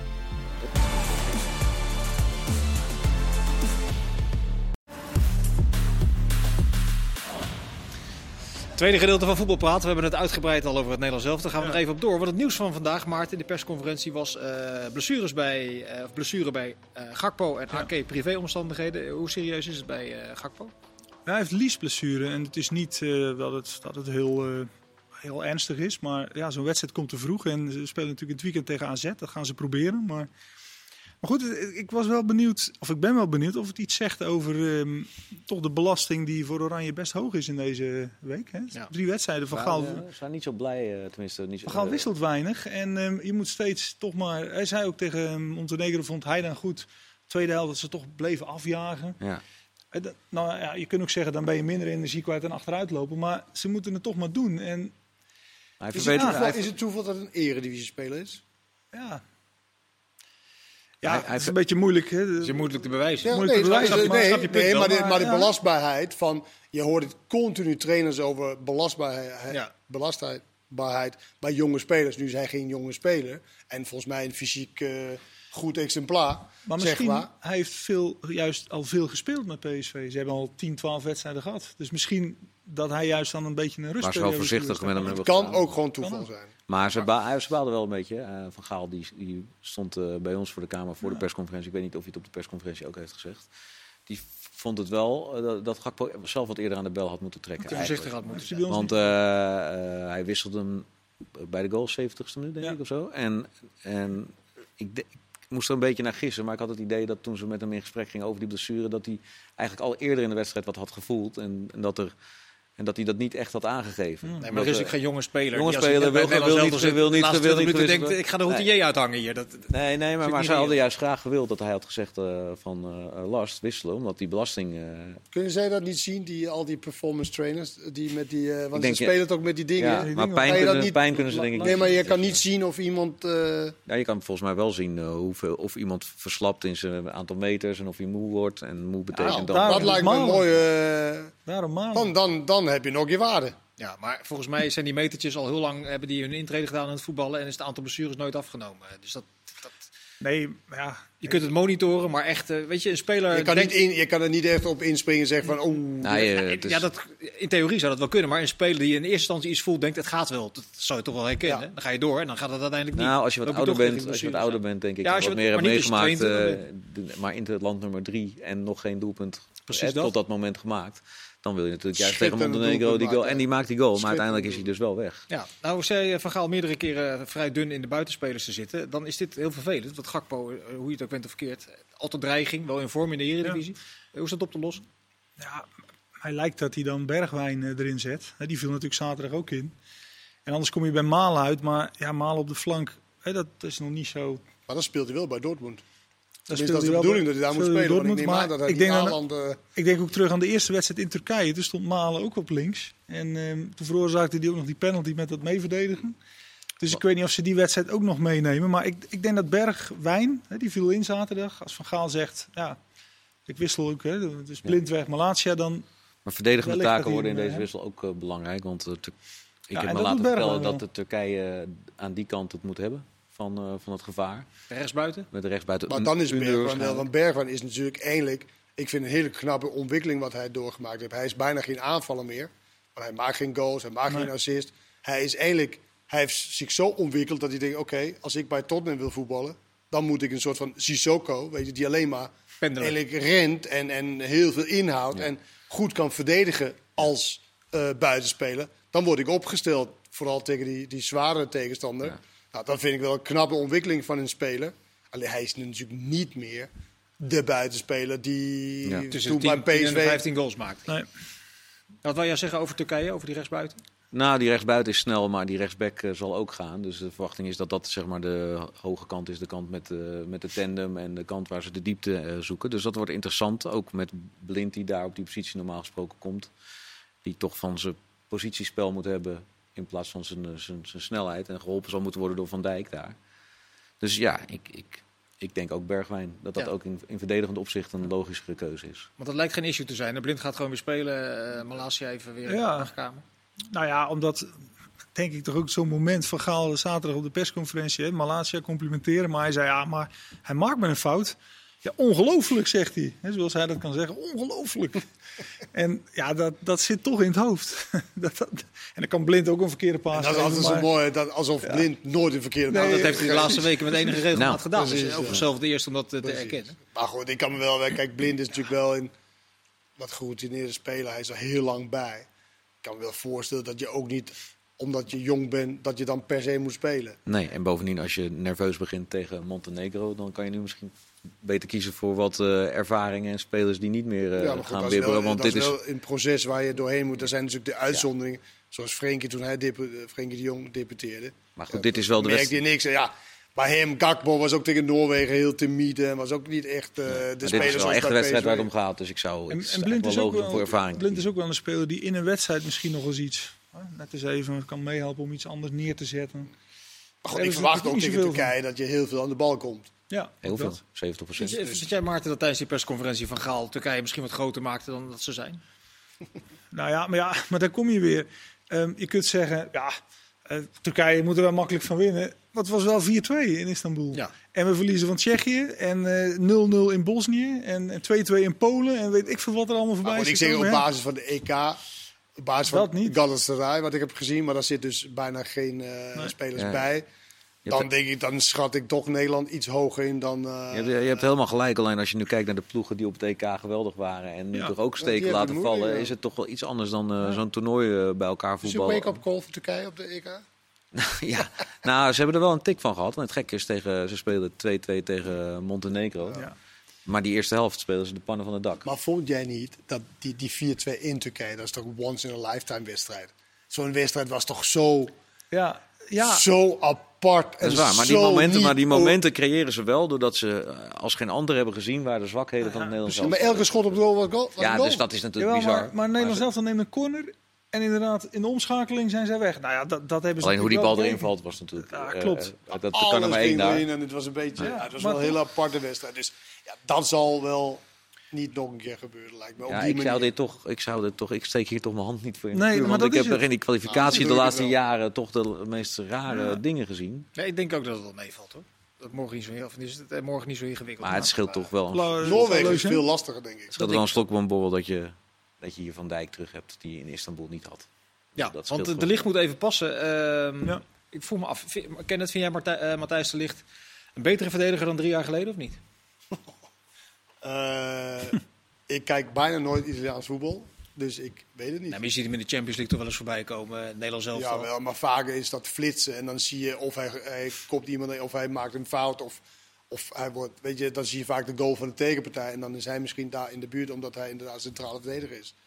Tweede gedeelte van Voetbal Praten. We hebben het uitgebreid al over het Nederlands zelf. Daar gaan we nog even op door. Want het nieuws van vandaag, Maarten, in de persconferentie was eh, blessures bij, eh, of blessure bij eh, Gakpo en Ake privéomstandigheden. Hoe serieus is het bij eh, Gakpo?
Hij heeft liesblessure en het is niet eh, dat, het, dat het heel, eh, heel ernstig is. Maar ja, zo'n wedstrijd komt te vroeg en ze spelen natuurlijk het weekend tegen A Z. Dat gaan ze proberen. Maar, maar goed, ik was wel benieuwd, of ik ben wel benieuwd of het iets zegt over ehm, toch de belasting die voor Oranje best hoog is in deze week. Hè?
Ja.
Drie wedstrijden van
Ja,
Gaal.
ja, ze zijn niet zo blij, eh, tenminste. Niet zo,
Van Gaal
eh,
wisselt weinig en ehm, je moet steeds toch maar... Hij zei ook tegen um, Montenegro, vond hij dan goed, tweede helft, dat ze toch bleven afjagen.
Ja.
Eh, dat- Nou ja, je kunt ook zeggen, dan ben je minder energie kwijt en achteruit lopen. Maar ze moeten het toch maar doen. En
Hij
Is het,
verbetert,
toeval,
hij,
is het toeval dat het een eredivisie-speler is?
ja, ja
Hij-
het
hij
is
ver-
een beetje moeilijk. Hè?
Het is moeilijk te bewijzen.
Ja,
Moeilijk
nee,
te bewijzen,
nee,
maar
nee,
snap je punt
nee,
wel.
maar, de,
Maar,
maar de
ja.
belastbaarheid van... Je hoort het continu trainers over belastbaarheid,
Ja.
belastbaarheid bij jonge spelers. Nu is hij geen jonge speler. En volgens mij een fysiek eh, goed exemplaar,
Maar
zeg
misschien,
maar.
hij heeft veel, juist al veel gespeeld met P S V. Ze hebben al tien, twaalf wedstrijden gehad. Dus misschien dat hij juist dan een beetje een rust.
maar ze wel voorzichtig met hem
Het
hebben
kan
gedaan.
ook gewoon toeval
Kan
zijn.
Maar ze, ba hij- ze baalde wel een beetje. eh, van Gaal die, die stond eh, bij ons voor de Kamer voor de persconferentie. Ik weet niet of hij het op de persconferentie ook heeft gezegd. Die vond het wel eh, dat, dat Gakpo zelf wat eerder aan de bel had moeten trekken.
Te voorzichtig
eigenlijk.
had moeten
Heeft hij
zijn.
bij ons
Want
niet-
eh, eh, hij wisselde hem bij de goal, zeventigste minuut denk
Ja.
ik of zo. En, en ik, de- ik moest er een beetje naar gissen. Maar ik had het idee dat toen ze met hem in gesprek gingen over die blessure... dat hij eigenlijk al eerder in de wedstrijd wat had gevoeld. En, en dat er... En dat hij dat niet echt had aangegeven.
Nee, maar
Omdat,
er is
eh,
ook geen jonge speler.
jonge
die als hij
speler
bij
wil-
het Nederlands
wil
elftal
niet-
zit,
wil niet-
de laatste
wil
twintig
niet
minuten
gewisseld
denkt, ik ga de
Nee.
routinier uithangen hier. Dat,
Nee, nee, maar,
Zit
maar
niet
ze
in.
hadden juist graag gewild dat hij had gezegd uh, van uh, last wisselen, omdat die belasting. Uh,
Kunnen zij dat niet zien, die, al die performance trainers? Die met die, uh, want
denk
ze
je-
spelen het ook met die dingen.
ja,
die
maar
dingen-
pijn
Kan je dat
kunnen,
niet-
pijn kunnen ze denk ik
Nee,
niet
maar je
zien.
kan niet zien of iemand... Uh,
Ja, je kan volgens mij wel zien uh, hoeveel, of iemand verslapt in zijn aantal meters en of hij moe wordt. En moe betekent
nou,
dan.
daar-
dat lijkt me een
malen.
mooie... Uh,
Daarom maar.
dan, dan, dan heb je nog je waarde.
ja, maar volgens mij zijn die metertjes al heel lang, hebben die hun intrede gedaan in het voetballen en is het aantal blessures nooit afgenomen. Dus dat, dat
Nee, maar ja,
Je kunt het monitoren, maar echt, uh, weet je, een speler...
Je kan,
denkt...
niet in, je kan er niet echt op inspringen en zeggen van... Oh,
Nou, je, het is...
Ja, dat, in theorie zou dat wel kunnen. Maar een speler die in eerste instantie iets voelt, denkt het gaat wel. Dat zou je toch wel herkennen.
Ja.
Dan ga je door en dan gaat het uiteindelijk niet.
Nou, als je wat
Dan
ouder
moet je toch
bent, als je wat
richting
ouder bent, denk ik,
Ja,
ja,
als je
wat
wat-
meer hebt
maar niet als je
meegemaakt,
tweeëntwintig
uh, maar in het land nummer drie en nog geen doelpunt
Precies
eh,
dat.
tot dat moment gemaakt. Dan wil je natuurlijk juist tegen
Schitterend
Montenegro die
doelpunt
goal.
maken.
En die maakt die goal, maar
Schitterend
uiteindelijk is hij dus wel weg.
Ja, nou zei Van Gaal meerdere keren vrij dun in de buitenspelers te zitten. Dan is dit heel vervelend. Want Gakpo, uh, hoe je het ook bent of verkeerd, altijd dreiging, wel in vorm in de Eredivisie. Ja. Hoe is dat op te lossen?
Ja, hij lijkt dat hij dan Bergwijn uh, erin zet. He, die viel natuurlijk zaterdag ook in. En anders kom je bij Malen uit. Maar ja, Malen op de flank, he, dat is nog niet zo...
Maar dan speelt hij wel bij Dortmund.
Dat
Dat is de bedoeling dat hij daar moet spelen.
Dortmund,
ik neem
maar
aan dat hij
ik denk,
Haaland, uh...
ik denk ook terug aan de eerste wedstrijd in Turkije. Toen stond Malen ook op links. En uh, toen veroorzaakte hij ook nog die penalty met dat meeverdedigen. Dus ik weet niet of ze die wedstrijd ook nog meenemen. Maar ik, ik denk dat Bergwijn, hè, die viel in zaterdag. Als Van Gaal zegt, ja, ik wissel ook. Hè, dus Blindweg, Malacia, dan...
Maar verdedigende
Wellicht
taken
dat
worden in
hij,
deze
hè?
wissel ook uh, belangrijk. Want uh, ik
Ja,
heb
en
me
dat
laten
doet
vertellen
Bergwijn
dat de Turkije uh, aan die kant het moet hebben van, uh, van het gevaar.
Rechtsbuiten?
Met de rechtsbuiten.
Maar dan is
Under
Bergwijn wel.
waarschijnlijk.
Want Bergwijn is natuurlijk eindelijk... Ik vind een hele knappe ontwikkeling wat hij doorgemaakt heeft. Hij is bijna geen aanvaller meer. Want hij maakt geen goals, hij maakt
Nee.
geen assist. Hij is eindelijk... Hij heeft zich zo ontwikkeld dat hij denkt... Oké, okay, als ik bij Tottenham wil voetballen... dan moet ik een soort van Sissoko... Weet je, die alleen maar
Pendelen.
eigenlijk rent en, en heel veel inhoudt...
Ja.
en goed kan verdedigen als uh, buitenspeler. Dan word ik opgesteld, vooral tegen die, die zware tegenstander.
Ja.
Nou, dat vind ik wel een knappe ontwikkeling van een speler. Alleen hij is natuurlijk niet meer de buitenspeler die
Ja.
Tussen
toen
de
bij
tien en de
P S V...
vijftien goals maakt.
Nee.
Wat wil jij zeggen over Turkije, over die rechtsbuiten?
Nou, die rechtsbuiten is snel, maar die rechtsback uh, zal ook gaan. Dus de verwachting is dat dat zeg maar de hoge kant is. De kant met, uh, met de tandem en de kant waar ze de diepte uh, zoeken. Dus dat wordt interessant. Ook met Blind die daar op die positie normaal gesproken komt. Die toch van zijn positiespel moet hebben in plaats van zijn, zijn, zijn snelheid. En geholpen zal moeten worden door Van Dijk daar. Dus ja, ik, ik, ik denk ook Bergwijn. Dat dat
Ja.
ook in, in verdedigend opzicht een logischere keuze is.
Want dat lijkt geen issue te zijn. De Blind gaat gewoon weer spelen. Uh, Malasia even weer in
Ja.
de wachtkamer.
Nou ja, omdat, denk ik toch ook zo'n moment van Gaal zaterdag op de persconferentie. Hè, Malasia complimenteren, maar hij zei, ja, maar hij maakt me een fout. Ja, ongelooflijk, zegt hij. Hè, zoals hij dat kan zeggen, ongelooflijk. En ja, dat, dat zit toch in het hoofd. dat, dat, en dan kan Blind ook een verkeerde paas
En dat is
geven,
altijd
maar-
zo mooi, dat alsof
Ja.
Blind nooit een verkeerde
Nee,
bal
Dat heeft hij de laatste weken met enige regelmaat
Nou,
gedaan.
precies,
Dus ook
ja.
zelf de eerste om dat uh, te
Precies.
erkennen.
Maar goed, ik kan me wel... Kijk, Blind is natuurlijk wel een wat geroutineerde speler. Hij is er heel lang bij. Ik kan me wel voorstellen dat je ook niet, omdat je jong bent, dat je dan per se moet spelen.
Nee, en bovendien als je nerveus begint tegen Montenegro, dan kan je nu misschien beter kiezen voor wat uh, ervaringen en spelers die niet meer uh,
Ja, maar goed,
gaan
dat is
wibberen.
wel,
Want
dat
dit
is
is
wel een proces waar je doorheen moet. Er zijn natuurlijk de uitzonderingen. Zoals Frenkie toen hij depu- Frenkie de Jong debuteerde.
Maar goed,
Ja,
dit is wel de
merkte
wedstrijd.
je niks. En ja, bij hem, Gakpo was ook tegen Noorwegen heel timide. En was ook niet echt uh, de
Maar
speler
dit is wel
zoals
echt de
bij
wedstrijd
P S V.
waar het om gaat. Dus ik zou
En,
het is
en Blind
eigenlijk
is,
wel
ook
logisch om voor
wel,
ervaring.
Blind is ook wel een speler die in een wedstrijd misschien nog eens iets... hè, net eens even kan meehelpen om iets anders neer te zetten.
Maar goed,
Hebben
ik
ze
verwacht ook
natuurlijk
tegen
niet zoveel
Turkije dat je heel veel aan de bal komt.
Ja,
Heel
ook
veel,
dat.
zeventig procent.
Vind je- Vind jij, Maarten, dat tijdens die persconferentie van Gaal Turkije misschien wat groter maakte dan dat ze zijn?
Nou ja, maar, ja, maar daar kom je weer. Um, je kunt zeggen, ja, uh, Turkije moet er wel makkelijk van winnen. Maar het was wel vier twee in Istanbul.
Ja.
En we verliezen van Tsjechië en uh, nul nul in Bosnië en en twee twee in Polen. En weet ik veel wat er allemaal voorbij
Maar goed,
is
ik zeg op
gekomen, hè.
basis van de E K, op basis
Dat
van
niet.
Galatasaray, wat ik heb gezien. Maar daar zit dus bijna geen uh,
Nee.
spelers
Ja.
bij.
Je
Dan
hebt-
denk ik, dan schat ik toch Nederland iets hoger in dan... Uh,
Je hebt, je hebt helemaal gelijk, alleen als je nu kijkt naar de ploegen die op het E K geweldig waren en nu
Ja.
toch ook
Ja,
steken
die hebben
laten
het moeilijk,
vallen,
ja.
is het toch wel iets anders dan uh, zo'n toernooi uh, bij elkaar
is een
voetballen.
wake-up call voor Turkije op de E K?
Ja, nou, ze hebben er wel een tik van gehad. En het gekke is, tegen, ze spelen twee twee tegen Montenegro.
Ja.
Maar die eerste helft spelen ze de pannen van het dak.
Maar vond jij niet dat die, die vier twee in Turkije, dat is toch een once-in-a-lifetime wedstrijd? Zo'n wedstrijd was toch zo,
Ja, ja.
zo apart.
Dat is waar, maar die, momenten, maar die momenten creëren ze wel doordat ze uh, als geen ander hebben gezien waar de zwakheden van het Nederlands
Maar
elftal.
elke schot op doel was goal. was
Ja,
een goal.
dus dat is natuurlijk
Jawel,
bizar.
maar, maar Nederland
ze-
zelf dan neemt een corner. En inderdaad, in de omschakeling zijn zij weg. Nou ja, dat, dat hebben ze
Alleen hoe die
natuurlijk
bal
wel
erin
gekeken.
valt was natuurlijk...
Ja,
uh,
klopt.
uh, dat dat
Alles
kan er maar één
ging
daar.
erin en het was een beetje,
Ja,
ja, het was
maar
wel een
toch-
hele aparte wedstrijd. Dus ja, dat zal wel niet nog een keer gebeuren, lijkt me. Op
Ja,
die
ik zou,
manier.
dit toch, ik zou dit toch... Ik steek hier toch mijn hand niet voor in.
Nee,
het vuur,
maar
want
dat
ik
is
heb er
het.
in die
Ah,
kwalificatie
dat
de
doe ik
laatste
wel.
jaren toch de meest rare
Ja.
dingen gezien.
Nee, ik denk ook dat het wel meevalt hoor. dat morgen niet zo heel, of is het morgen niet zo ingewikkeld.
Maar het scheelt toch wel. Een,
La-
Noorwegen
leuk,
is
hè?
veel lastiger, denk ik.
scheelt er wel een slok op een borrel dat je, dat je hier Van Dijk terug hebt, die je in Istanbul niet had.
Ja,
dat scheelt
want de, de
wel.
Ligt moet even passen. Ehm,
Ja.
Ik voel me af. Vind- Kenneth, vind jij Martij- uh, Matthijs de Ligt een betere verdediger dan drie jaar geleden of niet?
Uh, ik kijk bijna nooit Italiaans voetbal, dus ik weet het niet.
Nou, maar je ziet hem in de Champions League toch wel eens voorbij komen. Nederland zelf.
Ja, wel, maar vaker is dat flitsen en dan zie je of hij, hij kopt iemand of hij maakt een fout of, of hij wordt, weet je, dan zie je vaak de goal van de tegenpartij en dan is hij misschien daar in de buurt omdat hij inderdaad centrale verdediger is.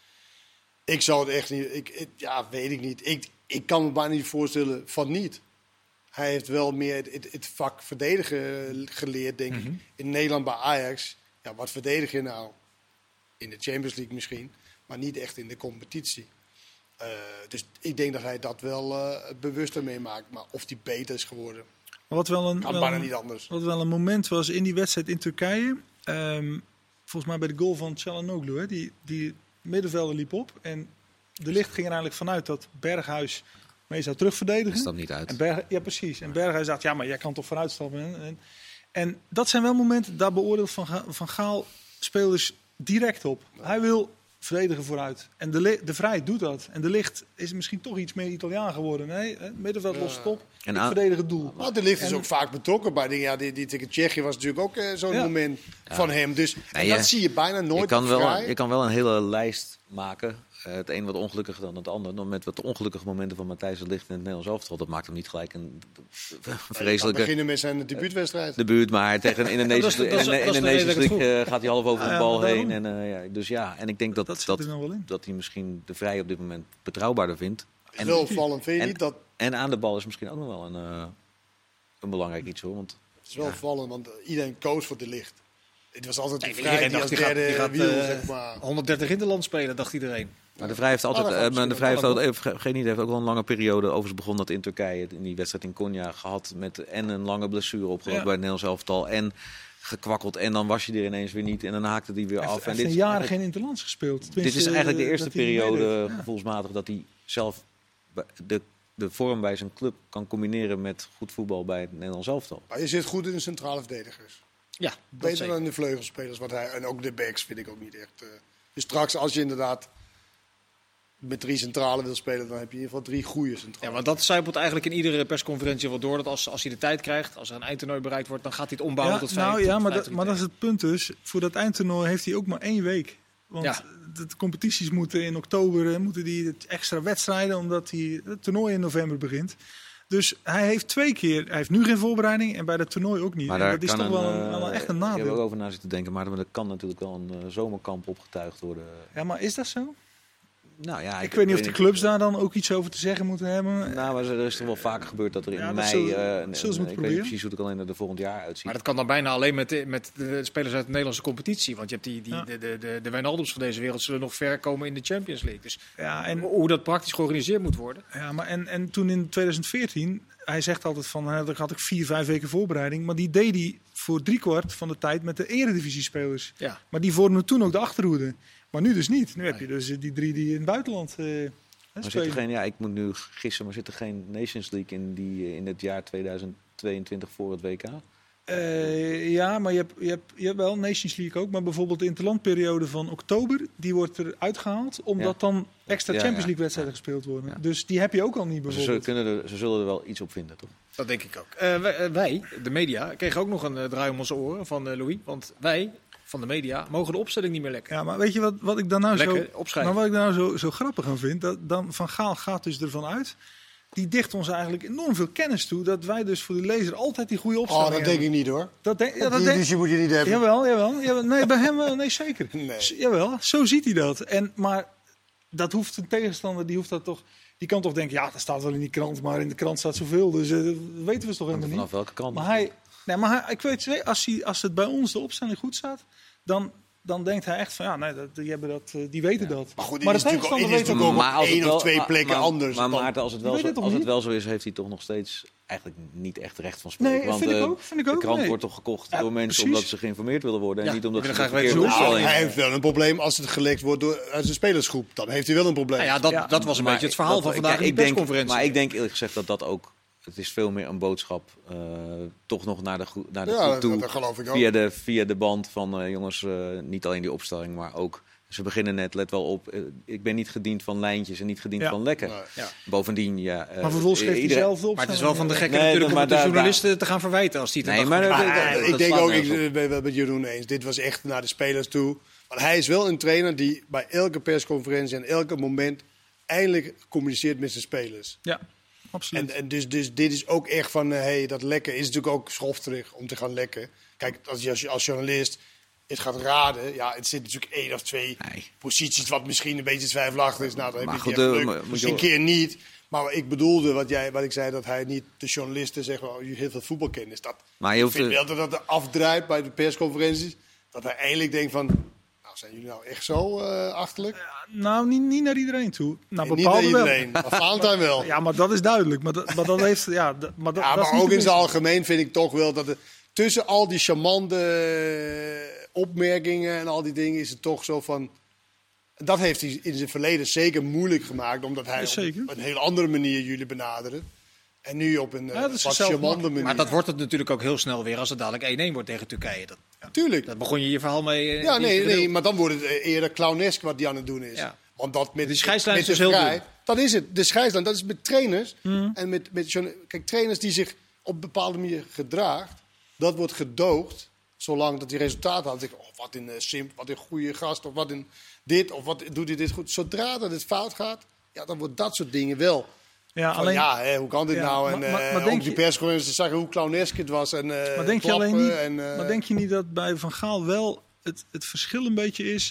Ik zou het echt niet, ik, ik, ja, weet ik niet. Ik, ik kan me bijna niet voorstellen van niet. Hij heeft wel meer het, het, het vak verdedigen geleerd, denk
Mhm.
ik. In Nederland bij Ajax, ja, wat verdedig je nou? In de Champions League misschien, maar niet echt in de competitie. Uh, dus ik denk dat hij dat wel uh, bewuster meemaakt. Maar of hij beter is geworden,
Wat wel een,
kan
wel
bijna
een-
niet anders.
wat wel een moment was in die wedstrijd in Turkije. Ehm, volgens mij bij de goal van Çalhanoğlu. Hè, die, die middenvelder liep op. En de Ligt ging er eigenlijk vanuit dat Berghuis mee zou terugverdedigen.
Dat staat niet uit.
En Berg, ja, precies. En Berghuis dacht, ja, maar jij kan toch vooruitstappen. En, en, en dat zijn wel momenten, daar beoordeelt Van, Ga- van Gaal spelers direct op. Hij wil verdedigen vooruit. En de, Li- de Vrij doet dat. En de Ligt is misschien toch iets meer Italiaan geworden. Nee, hè, middenveld
Ja.
los stop.
En
Ik
aan-
verdedig het doel.
Maar de Ligt is
En-
ook vaak betrokken bij dingen. Ja, die, die tegen Tsjechië was natuurlijk ook uh, zo'n
Ja.
moment van hem. Dus en
je-
dat zie je bijna nooit.
Je kan,
op
wel,
Vrij.
je kan wel een hele lijst maken. Uh, het een wat ongelukkiger dan het ander. Dan met wat ongelukkige momenten van Matthijs de Ligt in het Nederlands elftal. Dat maakt hem niet gelijk een
Je kan
vreselijke
beginnen met zijn debuutwedstrijd.
debuut. Maar tegen een Indonesische
Ja, dat is- dat is-
in de
dat is de
Nations
reden dat ik
League uh, gaat hij half over de
Ja,
bal
maar
heen.
daarom.
En, uh, ja, dus ja, en ik denk dat,
Dat
dat,
zit
dat,
er nog wel in.
dat hij misschien de Vrij op dit moment betrouwbaarder vindt.
En wel opvallend, vind je
en-
niet? Dat
En aan de bal is misschien ook nog wel een, uh, een belangrijk iets hoor. Want
is wel opvallend, want iedereen koos voor de Ligt. Het was altijd
Nee,
de
iedereen
Vrij die
dacht,
als
die gaat,
derde
die gaat
wiel,
eh,
zeg maar.
honderddertig Interland spelen, dacht iedereen.
Maar de Vrij heeft altijd,
Ah, dat
eh,
gaat
maar de
misschien
Vrij heeft
wel.
altijd, even, geen idee, heeft ook wel een lange periode. Overigens begon dat in Turkije, in die wedstrijd in Konya gehad met en een lange blessure opgelopen
Ja.
bij het Nederlands elftal en gekwakkeld en dan was je er ineens weer niet en dan haakte die weer
Hij
af.
heeft,
en
hij heeft
dit,
een
is
jaar
eigenlijk-
geen interlands gespeeld.
dit
Tenminste,
is eigenlijk de
eh,
eerste
dat hij niet
periode
meedeed. Ja.
gevoelsmatig dat hij zelf bij- de, de vorm bij zijn club kan combineren met goed voetbal bij het Nederlands elftal.
Maar je zit goed in de centrale verdedigers.
Ja, dat
Beter
zeker.
dan de vleugelspelers. Wat hij, en ook de backs vind ik ook niet echt. Uh, dus straks als je inderdaad met drie centralen wil spelen, dan heb je in ieder geval drie goede
Ja,
centralen.
want dat zijpelt eigenlijk in iedere persconferentie wel door. Dat als, als hij de tijd krijgt, als er een eindtoernooi bereikt wordt, dan gaat hij het ombouwen
Ja,
tot vijf.
nou
tot
ja, maar, dat,
vijftien
maar dat is
meter.
het punt dus. Voor dat eindtoernooi heeft hij ook maar één week. Want
Ja.
de competities moeten in oktober, eh, moeten die het extra wedstrijden, omdat die, het toernooi in november begint. Dus hij heeft twee keer, hij heeft nu geen voorbereiding en bij dat toernooi ook niet.
Maar
En
daar
dat is
kan
toch wel, een,
eh,
wel een, echt een
Ik heb er ook
nadeel.
over na zitten denken, maar er kan natuurlijk wel een uh, zomerkamp opgetuigd worden.
Ja, maar is dat zo?
Nou ja,
Ik, weet niet of de clubs daar dan ook iets over te zeggen moeten hebben.
Nou, maar er is toch wel vaker gebeurd dat er in
Ja, dat
mei...
zullen-
eh,
zullen
een-
ze
een-
moeten
ik weet niet
proberen.
precies hoe het kalender er volgend jaar uitziet.
Maar dat kan dan bijna alleen met de, met de spelers uit de Nederlandse competitie. Want je hebt die, die,
Ja.
de, de, de, de Wijnaldums van deze wereld zullen nog ver komen in de Champions League. Dus
Ja, en,
hoe dat praktisch georganiseerd moet worden.
ja, maar en, en toen in twintig veertien, hij zegt altijd van, hè, dan had ik vier, vijf weken voorbereiding. Maar die deed hij voor driekwart van de tijd met de eredivisie-spelers.
Ja.
Maar die vormden toen ook de achterhoede. Maar nu dus niet. Nu heb je dus eh, die drie die in het buitenland eh, hè,
Maar zit
spelen.
er geen, ja, ik moet nu gissen, maar zit er geen Nations League in, die, eh, in het jaar tweeduizend tweeëntwintig voor het W K?
Eh, ja, maar je hebt, je, hebt, je hebt wel Nations League ook. Maar bijvoorbeeld de interlandperiode van oktober, die wordt er uitgehaald. Omdat
Ja.
dan extra
Ja,
Champions
ja.
League wedstrijden gespeeld worden.
Ja.
Dus die heb je ook al niet
Maar ze, zullen,
bijvoorbeeld.
kunnen er, ze zullen er wel iets op vinden, toch?
Dat denk ik ook. Eh, wij, eh, wij, de media, kregen ook nog een eh, draai om onze oren van eh, Louis. Want wij, van de media, mogen de opstelling niet meer lekker.
Ja, maar weet je wat, wat ik dan nou zo...
Lekker opschrijven.
Maar wat ik nou zo, zo grappig aan vind, dat dan Van Gaal gaat dus ervan uit. Die dicht ons eigenlijk enorm veel kennis toe. Dat wij dus voor de lezer altijd die goede opstelling
Oh, dat denk ik niet hoor.
Dat denk, ja, dat
Die
denk,
illusie moet je niet hebben.
jawel, jawel, jawel. Nee, bij hem wel. Nee, zeker.
Nee.
Z- Jawel, zo ziet hij dat. En, maar dat hoeft een tegenstander, die hoeft dat toch... Die kan toch denken, ja, dat staat wel in die krant, maar in de krant staat zoveel. Dus eh, dat weten we toch helemaal niet.
Vanaf welke kant?
Maar hij, nee, maar hij, ik weet zeker, als, hij, als het bij ons de opstelling goed staat, dan, dan denkt hij echt van ja, nee, dat, die, hebben dat, eh, die weten dat.
Maar goed,
Maar
dit
de
is natuurlijk ook,
tegenstander
dit is
weet
natuurlijk ook
Maar
op
als het
één
wel-
of twee
maar-
plekken
maar-
anders.
Maar
dan-
Maarten, als het
Je
wel,
weet
zo,
het toch
als het
niet?
wel zo is, heeft hij toch nog steeds eigenlijk niet echt recht van spreken.
Nee,
Want
vind ik
eh,
ook, vind ik
de
ook,
krant
nee.
wordt toch gekocht
Ja,
door mensen
precies.
omdat ze geïnformeerd willen worden. En
Ja,
niet omdat
die
ze
willen
de
graag
verkeerde
weten hoe
Nou,
opstelling
hij heeft wel een probleem als het gelekt wordt door, uit zijn spelersgroep. Dan heeft hij wel een probleem.
Nou ja, dat,
Ja,
dat was een
Maar
beetje het verhaal
dat-
van
ik-
vandaag in
ik
de
denk-
persconferentie.
Maar ik denk eerlijk gezegd dat dat ook het is veel meer een boodschap uh, toch nog naar de, naar de
Ja,
groep
dat,
toe.
dat geloof ik ook.
Via de, via de band van uh, jongens, uh, niet alleen die opstelling, maar ook... Ze beginnen net, let wel op, uh, ik ben niet gediend van lijntjes en niet gediend
Ja.
van lekken.
Nee.
Ja.
Bovendien, ja... Uh,
Maar vervolgens geeft hij
iedereen-
zelf op.
Maar het is wel van de gekke
Nee,
natuurlijk
dat-
om het de
maar daar-
journalisten te gaan verwijten als die het
Nee,
een
maar
dag
dat-
goed
dat-
doen.
dat-
ik denk
slaat
ook,
nergens op.
ik ben het met Jeroen eens. Dit was echt naar de spelers toe. Want hij is wel een trainer die bij elke persconferentie en elke moment eindelijk communiceert met zijn spelers.
Ja, absoluut.
En, en dus, dus dit is ook echt van, hé, hey, dat lekken is natuurlijk ook schofterig om te gaan lekken. Kijk, als je als, als journalist het gaat raden, ja, het zit natuurlijk één of twee
Nee.
posities wat misschien een beetje twijfelachtig is. Nou, dan heb
Maar
je
goed,
het niet echt
eh,
geluk.
maar-
Misschien een keer niet. Maar ik bedoelde, wat, jij, wat ik zei, dat hij niet de journalisten zegt, oh, je heel veel voetbalkennis. Dat,
Maar je
ik
hoeft
vind
er-
wel dat dat er afdraait bij de persconferenties. Dat hij eindelijk denkt van, nou, zijn jullie nou echt zo uh, achterlijk?
Nou, niet, niet naar iedereen toe. Nou,
En niet naar
bepaalde wel.
iedereen, maar Valentijn wel.
Ja, maar dat is duidelijk. Maar dat, maar dat heeft... Ja, dat, maar dat,
Ja,
dat is
maar
niet
ook
te
in het
missen.
algemeen vind ik toch wel dat het tussen al die charmante opmerkingen en al die dingen is het toch zo van... Dat heeft hij in zijn verleden zeker moeilijk gemaakt, omdat hij
Ja, zeker.
op een heel andere manier jullie benaderde. En nu op een
Ja,
eh,
dat is
wat
zichzelf
charmante
makkelijk.
manier.
Maar dat wordt het natuurlijk ook heel snel weer als het dadelijk één-één wordt tegen Turkije. Dat,
Tuurlijk.
dat begon je je verhaal mee. eh,
Ja,
in
nee,
het
nee,
gedeelte.
maar dan wordt het eh, eerder clownesk wat die aan het doen is.
Ja.
Want dat met,
Die scheidslijn
met
is
de
dus heel
vrij,
dun.
dat is het. De scheidslijn, dat is met trainers.
Mhm.
En met, met journa- kijk, trainers die zich op een bepaalde manier gedraagt, dat wordt gedoogd. Zolang dat die resultaten had. Dan denk ik, oh, wat een uh, simp, wat een goede gast, of wat een dit, of wat doet hij dit goed. Zodra dat het fout gaat, ja, dan wordt dat soort dingen wel.
Ja,
Van,
alleen,
ja, hè, hoe kan dit
Ja,
nou? En
maar- maar-
eh,
maar denk
op die
je-
persconferentie zag je hoe clownesk het was. En, uh,
maar denk je alleen niet...
En, uh,
maar denk je niet dat bij Van Gaal wel het, het verschil een beetje is...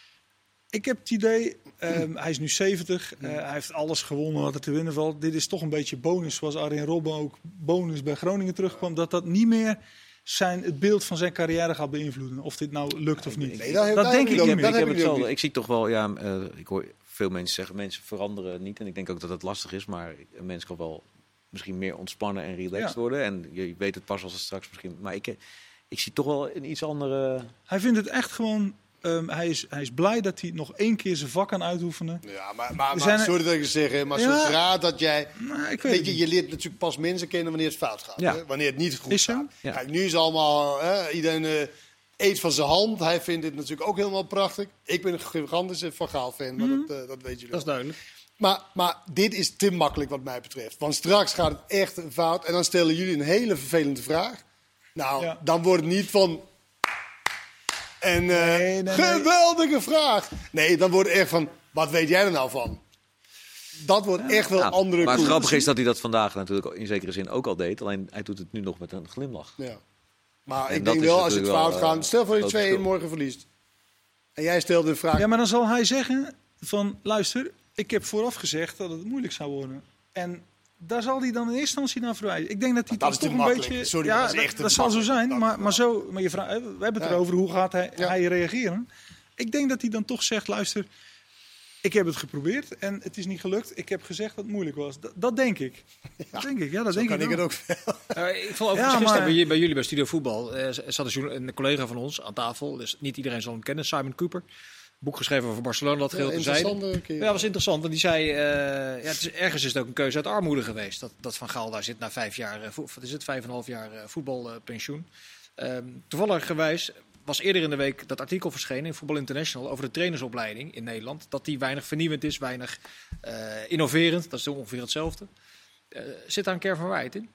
Ik heb het idee, ehm, hij is nu zeventig, eh, hij heeft alles gewonnen wat er te winnen valt. Dit is toch een beetje bonus, zoals Arjen Robben ook bonus bij Groningen terugkwam. Dat dat niet meer zijn, het beeld van zijn carrière gaat beïnvloeden. Of dit nou lukt of niet.
Nee, daar-
dat
daar
denk
heb
ik
ik
niet
ook-
meer.
dat
ik
heb
heb
ik ook
hetzelfde.
niet.
Ik zie toch wel, ja, uh, ik hoor veel mensen zeggen, mensen veranderen niet. En ik denk ook dat het lastig is, maar een mens kan wel misschien meer ontspannen en relaxed
Ja.
worden. En je weet het pas als het straks misschien... Maar ik, ik zie toch wel een iets andere...
Hij vindt het echt gewoon... Um, hij, is, hij is blij dat hij nog één keer zijn vak kan uitoefenen.
Ja, maar, maar,
Er
maar
zijn er-
sorry dat ik het zeg, hè, maar
Ja.
zodra dat jij...
Nou, ik weet
Weet
het
je,
niet.
je leert natuurlijk pas mensen kennen wanneer het fout gaat.
Ja.
Hè? Wanneer het niet goed
Is zo?
gaat.
Ja.
Kijk, nu is allemaal... Hè, iedereen uh, eet van zijn hand. Hij vindt dit natuurlijk ook helemaal prachtig. Ik ben een gigantische Van Gaal-fan, maar
Mhm.
dat, uh, dat weet jullie
Dat is
wel.
duidelijk.
Maar, maar dit is te makkelijk wat mij betreft. Want straks gaat het echt een fout. En dan stellen jullie een hele vervelende vraag. Nou,
Ja.
dan wordt het niet van... En uh,
Nee, nee, nee.
geweldige vraag. Nee, dan wordt het echt van... Wat weet jij er nou van? Dat wordt echt wel
Nou,
andere
maar het
koers.
grappige is dat hij dat vandaag natuurlijk in zekere zin ook al deed. Alleen hij doet het nu nog met een glimlach.
Ja. Maar
En
ik
dat
denk
is
wel, als het
natuurlijk
fout
wel,
gaat...
eh,
Stel voor je
groot
twee
verschil.
morgen verliest. En jij stelt een vraag...
Ja, maar dan zal hij zeggen van... Luister, ik heb vooraf gezegd dat het moeilijk zou worden. En daar zal hij dan in eerste instantie naar verwijzen. Ik denk dat hij
dat
dan
is te
toch een
makkelijk.
beetje...
Sorry,
ja,
maar dat is echt te
dat zal zo
makkelijk.
zijn.
Dat-
Maar, maar zo... Maar je vraagt, we hebben het
Ja.
erover, hoe gaat hij,
Ja.
hij reageren? Ik denk dat hij dan toch zegt... Luister, ik heb het geprobeerd en het is niet gelukt. Ik heb gezegd dat het moeilijk was. Dat, dat denk ik. Dat denk ik, ja, dat
Zo
denk
kan
ik
ik
wel.
het ook wel.
Uh, ik vond overigens
Ja,
gisteren
maar-
bij, j- bij jullie bij Studio Voetbal. Uh, zat een, journa- een collega van ons aan tafel. Dus niet iedereen zal hem kennen. Simon Cooper. Boek geschreven over Barcelona. Dat geheel
Ja,
terzijde.
interessante keer.
Ja, dat was interessant. Want die zei, uh, ja, het is, ergens is het ook een keuze uit armoede geweest. Dat, dat Van Gaal daar zit na vijf jaar, uh, vo- wat is het, vijf en een half jaar uh, voetbalpensioen. Uh, toevallig gewijs was eerder in de week dat artikel verschenen in Voetbal International over de trainersopleiding in Nederland. Dat die weinig vernieuwend is, weinig uh, innoverend. Dat is ongeveer hetzelfde. Uh, zit daar een kern van waarheid in?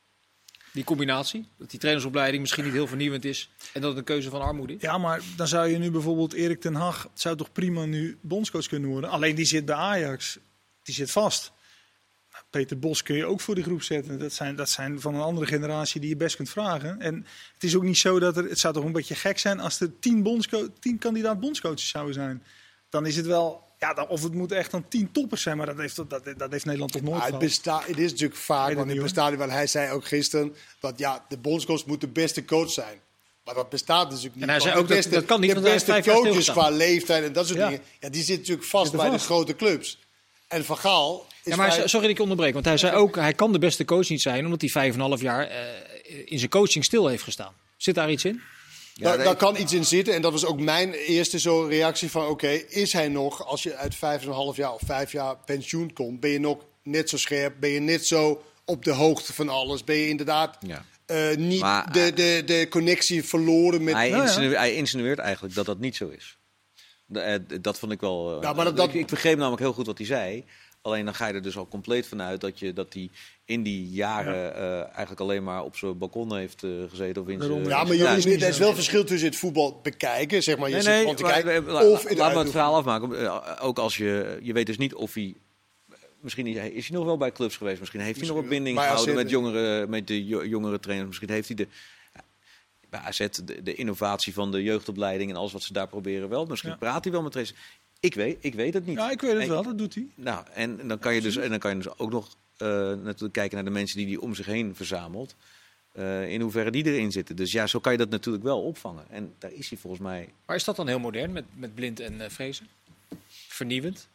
Die combinatie, dat die trainersopleiding misschien niet heel vernieuwend is en dat het een keuze van armoede is.
Ja, maar dan zou je nu bijvoorbeeld Erik ten Hag... zou toch prima nu bondscoach kunnen worden. Alleen die zit bij Ajax. Die zit vast. Peter Bos kun je ook voor die groep zetten. Dat zijn, dat zijn van een andere generatie die je best kunt vragen. En het is ook niet zo dat er... Het zou toch een beetje gek zijn als er tien, bondsco- tien kandidaat bondscoaches zouden zijn. Dan is het wel... Ja, dan, of het moet echt dan tien toppers zijn. Maar dat heeft, dat, dat heeft Nederland toch nooit
Ja, het,
gehad.
besta- het is natuurlijk vaak,
het
want
niet,
het
hoor.
bestaat niet. Want hij zei ook gisteren dat ja, de bondscoach moet de beste coach zijn. Maar dat bestaat natuurlijk niet.
En hij
Want
zei ook
de
dat-
beste,
dat kan niet,
de
want hij heeft
beste
vijf jaar
coaches
stilgestaan.
qua leeftijd en dat soort
Ja.
dingen, ja, die zitten natuurlijk vast
Zitten
bij de
vast.
grote clubs. En Van Gaal is
Ja, maar
vrij-
sorry dat ik je onderbreek, want hij zei ook, hij kan de beste coach niet zijn, omdat hij vijf en een half jaar uh, in zijn coaching stil heeft gestaan. Zit daar iets in?
Daar,
nee,
daar kan iets in zitten. En dat was ook mijn eerste zo reactie van... oké, is hij nog, als je uit vijf en een half jaar of vijf jaar pensioen komt... ben je nog net zo scherp, ben je net zo op de hoogte van alles. Ben je inderdaad
Ja.
uh, niet
Maar,
de, de, de connectie verloren met...
Hij,
Nou ja.
insinueert, hij insinueert eigenlijk dat dat niet zo is. De, eh, dat vond ik wel... eh,
Ja, maar dat- dat-
ik, ik begreep namelijk heel goed wat hij zei. Alleen dan ga je er dus al compleet vanuit dat hij dat die in die jaren eh, eigenlijk alleen maar op zijn balkon heeft uh, gezeten. Of in
Daarom.
zijn,
Ja, maar
ja,
jullie,
is niet
er is
zo.
wel verschil tussen het voetbal bekijken, zeg maar. Je
Nee,
zit
nee,
gewoon te
maar-
kijken,
la-
of in de
laten we het
uitoefening.
verhaal afmaken. Uh, Ook als je... Je weet dus niet of hij... Misschien is hij, is hij nog wel bij clubs geweest. Misschien heeft hij nog
Misschien
een binding
wel. Bij
gehouden
A Z,
met, jongere, met de jo- jongere trainers. Misschien heeft hij de... ja, bij A Z de, de innovatie van de jeugdopleiding en alles wat ze daar proberen wel. Misschien
Ja.
praat hij wel met trainers. Ik weet, ik weet het niet.
Ja, ik weet het
En-
wel, dat doet hij.
Nou, en dan kan je dus, en dan kan je dus ook nog uh, natuurlijk kijken naar de mensen die hij om zich heen verzamelt. Uh, in hoeverre die erin zitten. Dus ja, zo kan je dat natuurlijk wel opvangen. En daar is hij volgens mij...
Maar is dat dan heel modern met, met Blind en uh, Vrezen? Vernieuwend?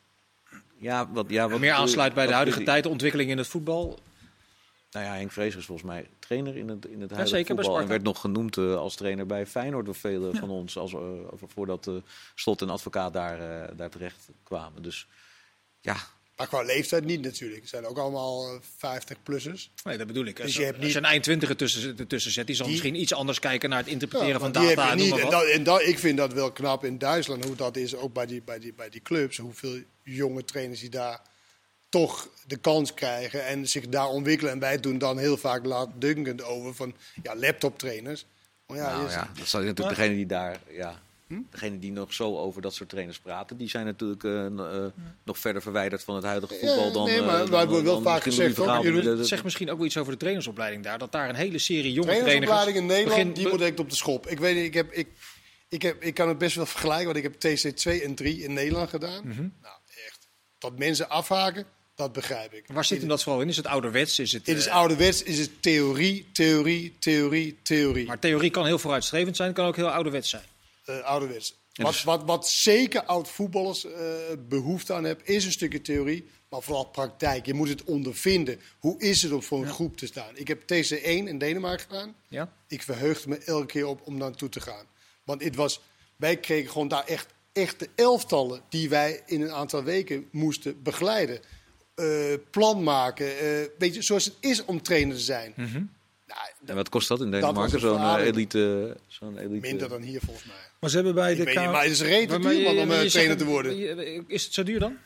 Ja, wat, ja, wat,
Meer aansluit bij de
wat-
huidige tijd, de ontwikkeling in het voetbal.
Nou ja, Henk Vrezer is volgens mij trainer in het, in het huidige
zeker, bij
voetbal. En
Sparta.
werd nog genoemd uh, als trainer bij Feyenoord door velen van ons. Als, uh, voordat uh, Slot en Advocaat daar, uh, daar terecht kwamen. Dus ja...
Maar qua leeftijd niet natuurlijk. Het zijn ook allemaal uh, vijftig-plussers.
Nee, dat bedoel ik. Als,
Dus je
je,
hebt
als
niet-
je een eindtwintiger tussen, ertussen zet, die zal
Die-
misschien iets anders kijken naar het interpreteren van
want die
data.
heb je
en noem
niet.
maar
En,
wat.
dat, en dat, ik vind dat wel knap in Duitsland, hoe dat is, ook bij die, bij die, bij die clubs. Hoeveel jonge trainers die daar toch de kans krijgen en zich daar ontwikkelen. En wij doen dan heel vaak laatdunkend over van ja, laptoptrainers. Maar ja,
nou
je-
ja, dat zijn natuurlijk degene die daar... Ja, degene die nog zo over dat soort trainers praten, die zijn natuurlijk uh, uh, nog verder verwijderd van het huidige voetbal
Ja,
dan...
nee,
uh,
maar
dan,
wij hebben wel
dan
vaak
misschien
gezegd,
Louis van
ook,
Gaal,
jullie-
die-
Dat zegt misschien ook wel iets over de trainersopleiding daar. Dat daar een hele serie jonge trainers...
trainersopleiding in Nederland,
begin-
die moet echt op de schop. Ik weet niet, ik, heb, ik, ik, heb, ik kan het best wel vergelijken, want ik heb T C twee en drie in Nederland gedaan.
Mhm.
Nou, echt. Dat mensen afhaken, dat begrijp ik.
Waar zit hem dat vooral in? Is het ouderwets? Is het,
Het is
eh,
ouderwets, is het theorie, theorie, theorie, theorie.
Maar theorie kan heel vooruitstrevend zijn, kan ook heel ouderwets zijn.
Uh, ouderwets.
En
Wat,
dus-
wat, wat zeker oud-voetballers uh, behoefte aan hebben, is een stukje theorie, maar vooral praktijk. Je moet het ondervinden. Hoe is het om voor een groep te staan? Ik heb T C één in Denemarken gedaan.
Ja?
Ik verheugde me elke keer op om naartoe te gaan. Want het was, wij kregen gewoon daar echt, echt de elftallen die wij in een aantal weken moesten begeleiden. Uh, plan maken. Uh, weet je, zoals het is om trainer te zijn.
Mhm.
Nou,
En wat kost dat in
was
Denemarken?
een
Zo'n uh,
verademing.
elite, zo'n elite...
minder dan hier volgens mij.
Maar ze hebben bij
Ik
de
weet niet,
K-
maar het is reet
Maar-
duur
maar je-
man, om
maar
uh,
je
trainer
zegt-
te worden.
je- Is het zo duur dan?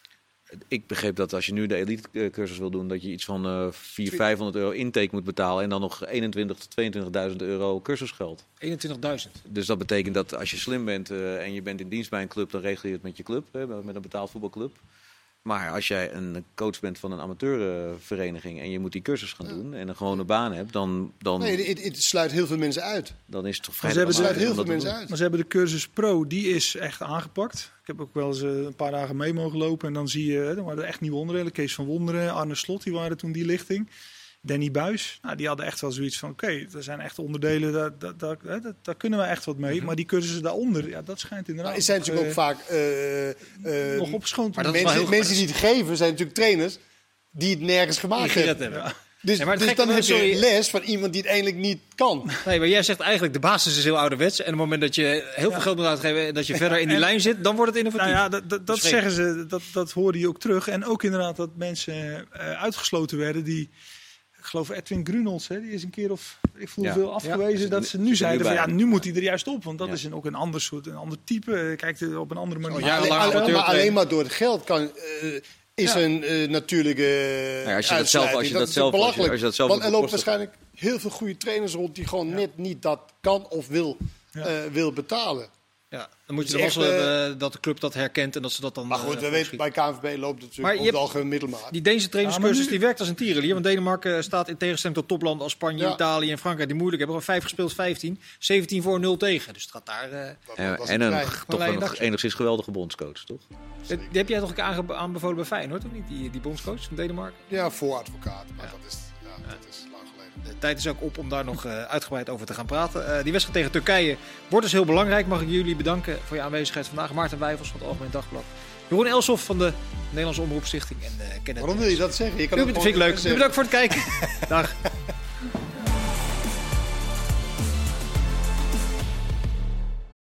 Ik begreep dat als je nu de elite cursus wil doen, dat je iets van uh, vierhonderd, vijfhonderd euro intake moet betalen en dan nog eenentwintigduizend tot tweeëntwintigduizend euro cursusgeld.
eenentwintigduizend.
Dus dat betekent dat als je slim bent uh, en je bent in dienst bij een club, dan regel je het met je club, hè, met een betaald voetbalclub. Maar als jij een coach bent van een amateurvereniging en je moet die cursus gaan doen en een gewone baan hebt, dan, dan,
Nee, het, het sluit heel veel mensen uit.
dan is het toch vrij
ze hebben
Het sluit
dramatisch
heel
om
veel
dat te
mensen
doen.
uit.
Maar ze hebben de cursus Pro, die is echt aangepakt. Ik heb ook wel eens eh, een paar dagen mee mogen lopen. En dan zie je, er waren echt nieuwe onderdelen. Kees van Wonderen, Arne Slot, die waren toen die lichting. Danny Buis, nou, die hadden echt wel zoiets van... Oké, er zijn echt onderdelen, daar, daar, daar, hè, daar, daar kunnen we echt wat mee. Maar die cursussen daaronder, ja, dat schijnt inderdaad...
Maar het zijn natuurlijk ook
eh,
vaak uh, uh,
nog opgeschoond.
Maar dat is wel
mensen,
heel-
mensen die het geven, zijn natuurlijk trainers die het nergens gemaakt
Die gered
hebben.
hebben.
Dus,
Ja, maar het
dus
gekke-
dan heb
sorry.
je les van iemand die het eigenlijk niet kan.
Nee, maar jij zegt eigenlijk de basis is heel ouderwets. En op het moment dat je heel veel geld moet uitgeven en dat je verder in die
en-
lijn zit, dan wordt het innovatief.
Nou ja, dat, dat, dat
is gek.
zeggen ze, dat, dat hoorde je ook terug. En ook inderdaad dat mensen uh, uitgesloten werden die... Ik geloof Edwin Grunholz, hè, die is een keer of ik voel
Ja.
veel afgewezen.
Ja.
dat ze nu
Zit er
zeiden
nu
van ja,
bij.
nu moet hij er juist op. Want dat
Ja.
is een, ook een ander soort, een ander type. Kijkt er op een andere manier.
Oh, ja,
Alleen,
lang
alleen-
amateur
maar alleen
trainen.
maar door het geld kan, uh, is
Ja.
een uh, natuurlijke
Ja, als je dat zelf- als je dat
is
zelf- als je-
belachelijk.
als je dat zelf
Want er
moet
lopen
kosten.
waarschijnlijk heel veel goede trainers rond die gewoon net niet dat kan of wil,
Ja.
uh, wil betalen.
Ja, dan moet je
Het
er
is
wel
echt,
hebben dat de club dat herkent en dat ze dat dan...
Maar goed,
eh,
we weten,
voorschieten.
bij K N V B loopt het
Maar
natuurlijk
je
op het
hebt-
algemeen middelmaat.
Die Deense trainerscursus
Ja, maar nu-
die werkt als een tierenlier. Want Denemarken staat in tegenstelling tot toplanden als Spanje,
Ja.
Italië en Frankrijk die moeilijk hebben. Gewoon vijf gespeeld, vijftien. zeventien voor, nul tegen. Dus het gaat daar... eh,
Dat-
En,
dat was
en een,
klein.
toch
Alleen
een
dagje.
enigszins geweldige bondscoach, toch?
die heb jij toch ook aange- aanbevolen bij Feyenoord, of niet? Die, die bondscoach van Denemarken.
Ja, voor advocaat. Maar
Ja.
dat, is, ja, dat is lang geleden.
De tijd is ook op om daar nog uh, uitgebreid over te gaan praten. Uh, die wedstrijd tegen Turkije wordt dus heel belangrijk. Mag ik jullie bedanken voor je aanwezigheid vandaag. Maarten Wijfels van het Algemeen Dagblad. Jeroen Elsof van de Nederlandse Omroepstichting. En uh, Kenneth.
Waarom wil je dat zeggen? Je kan
Dat
ook
vind ik
gewoon
leuk.
zeggen.
Bedankt voor het kijken. Dag.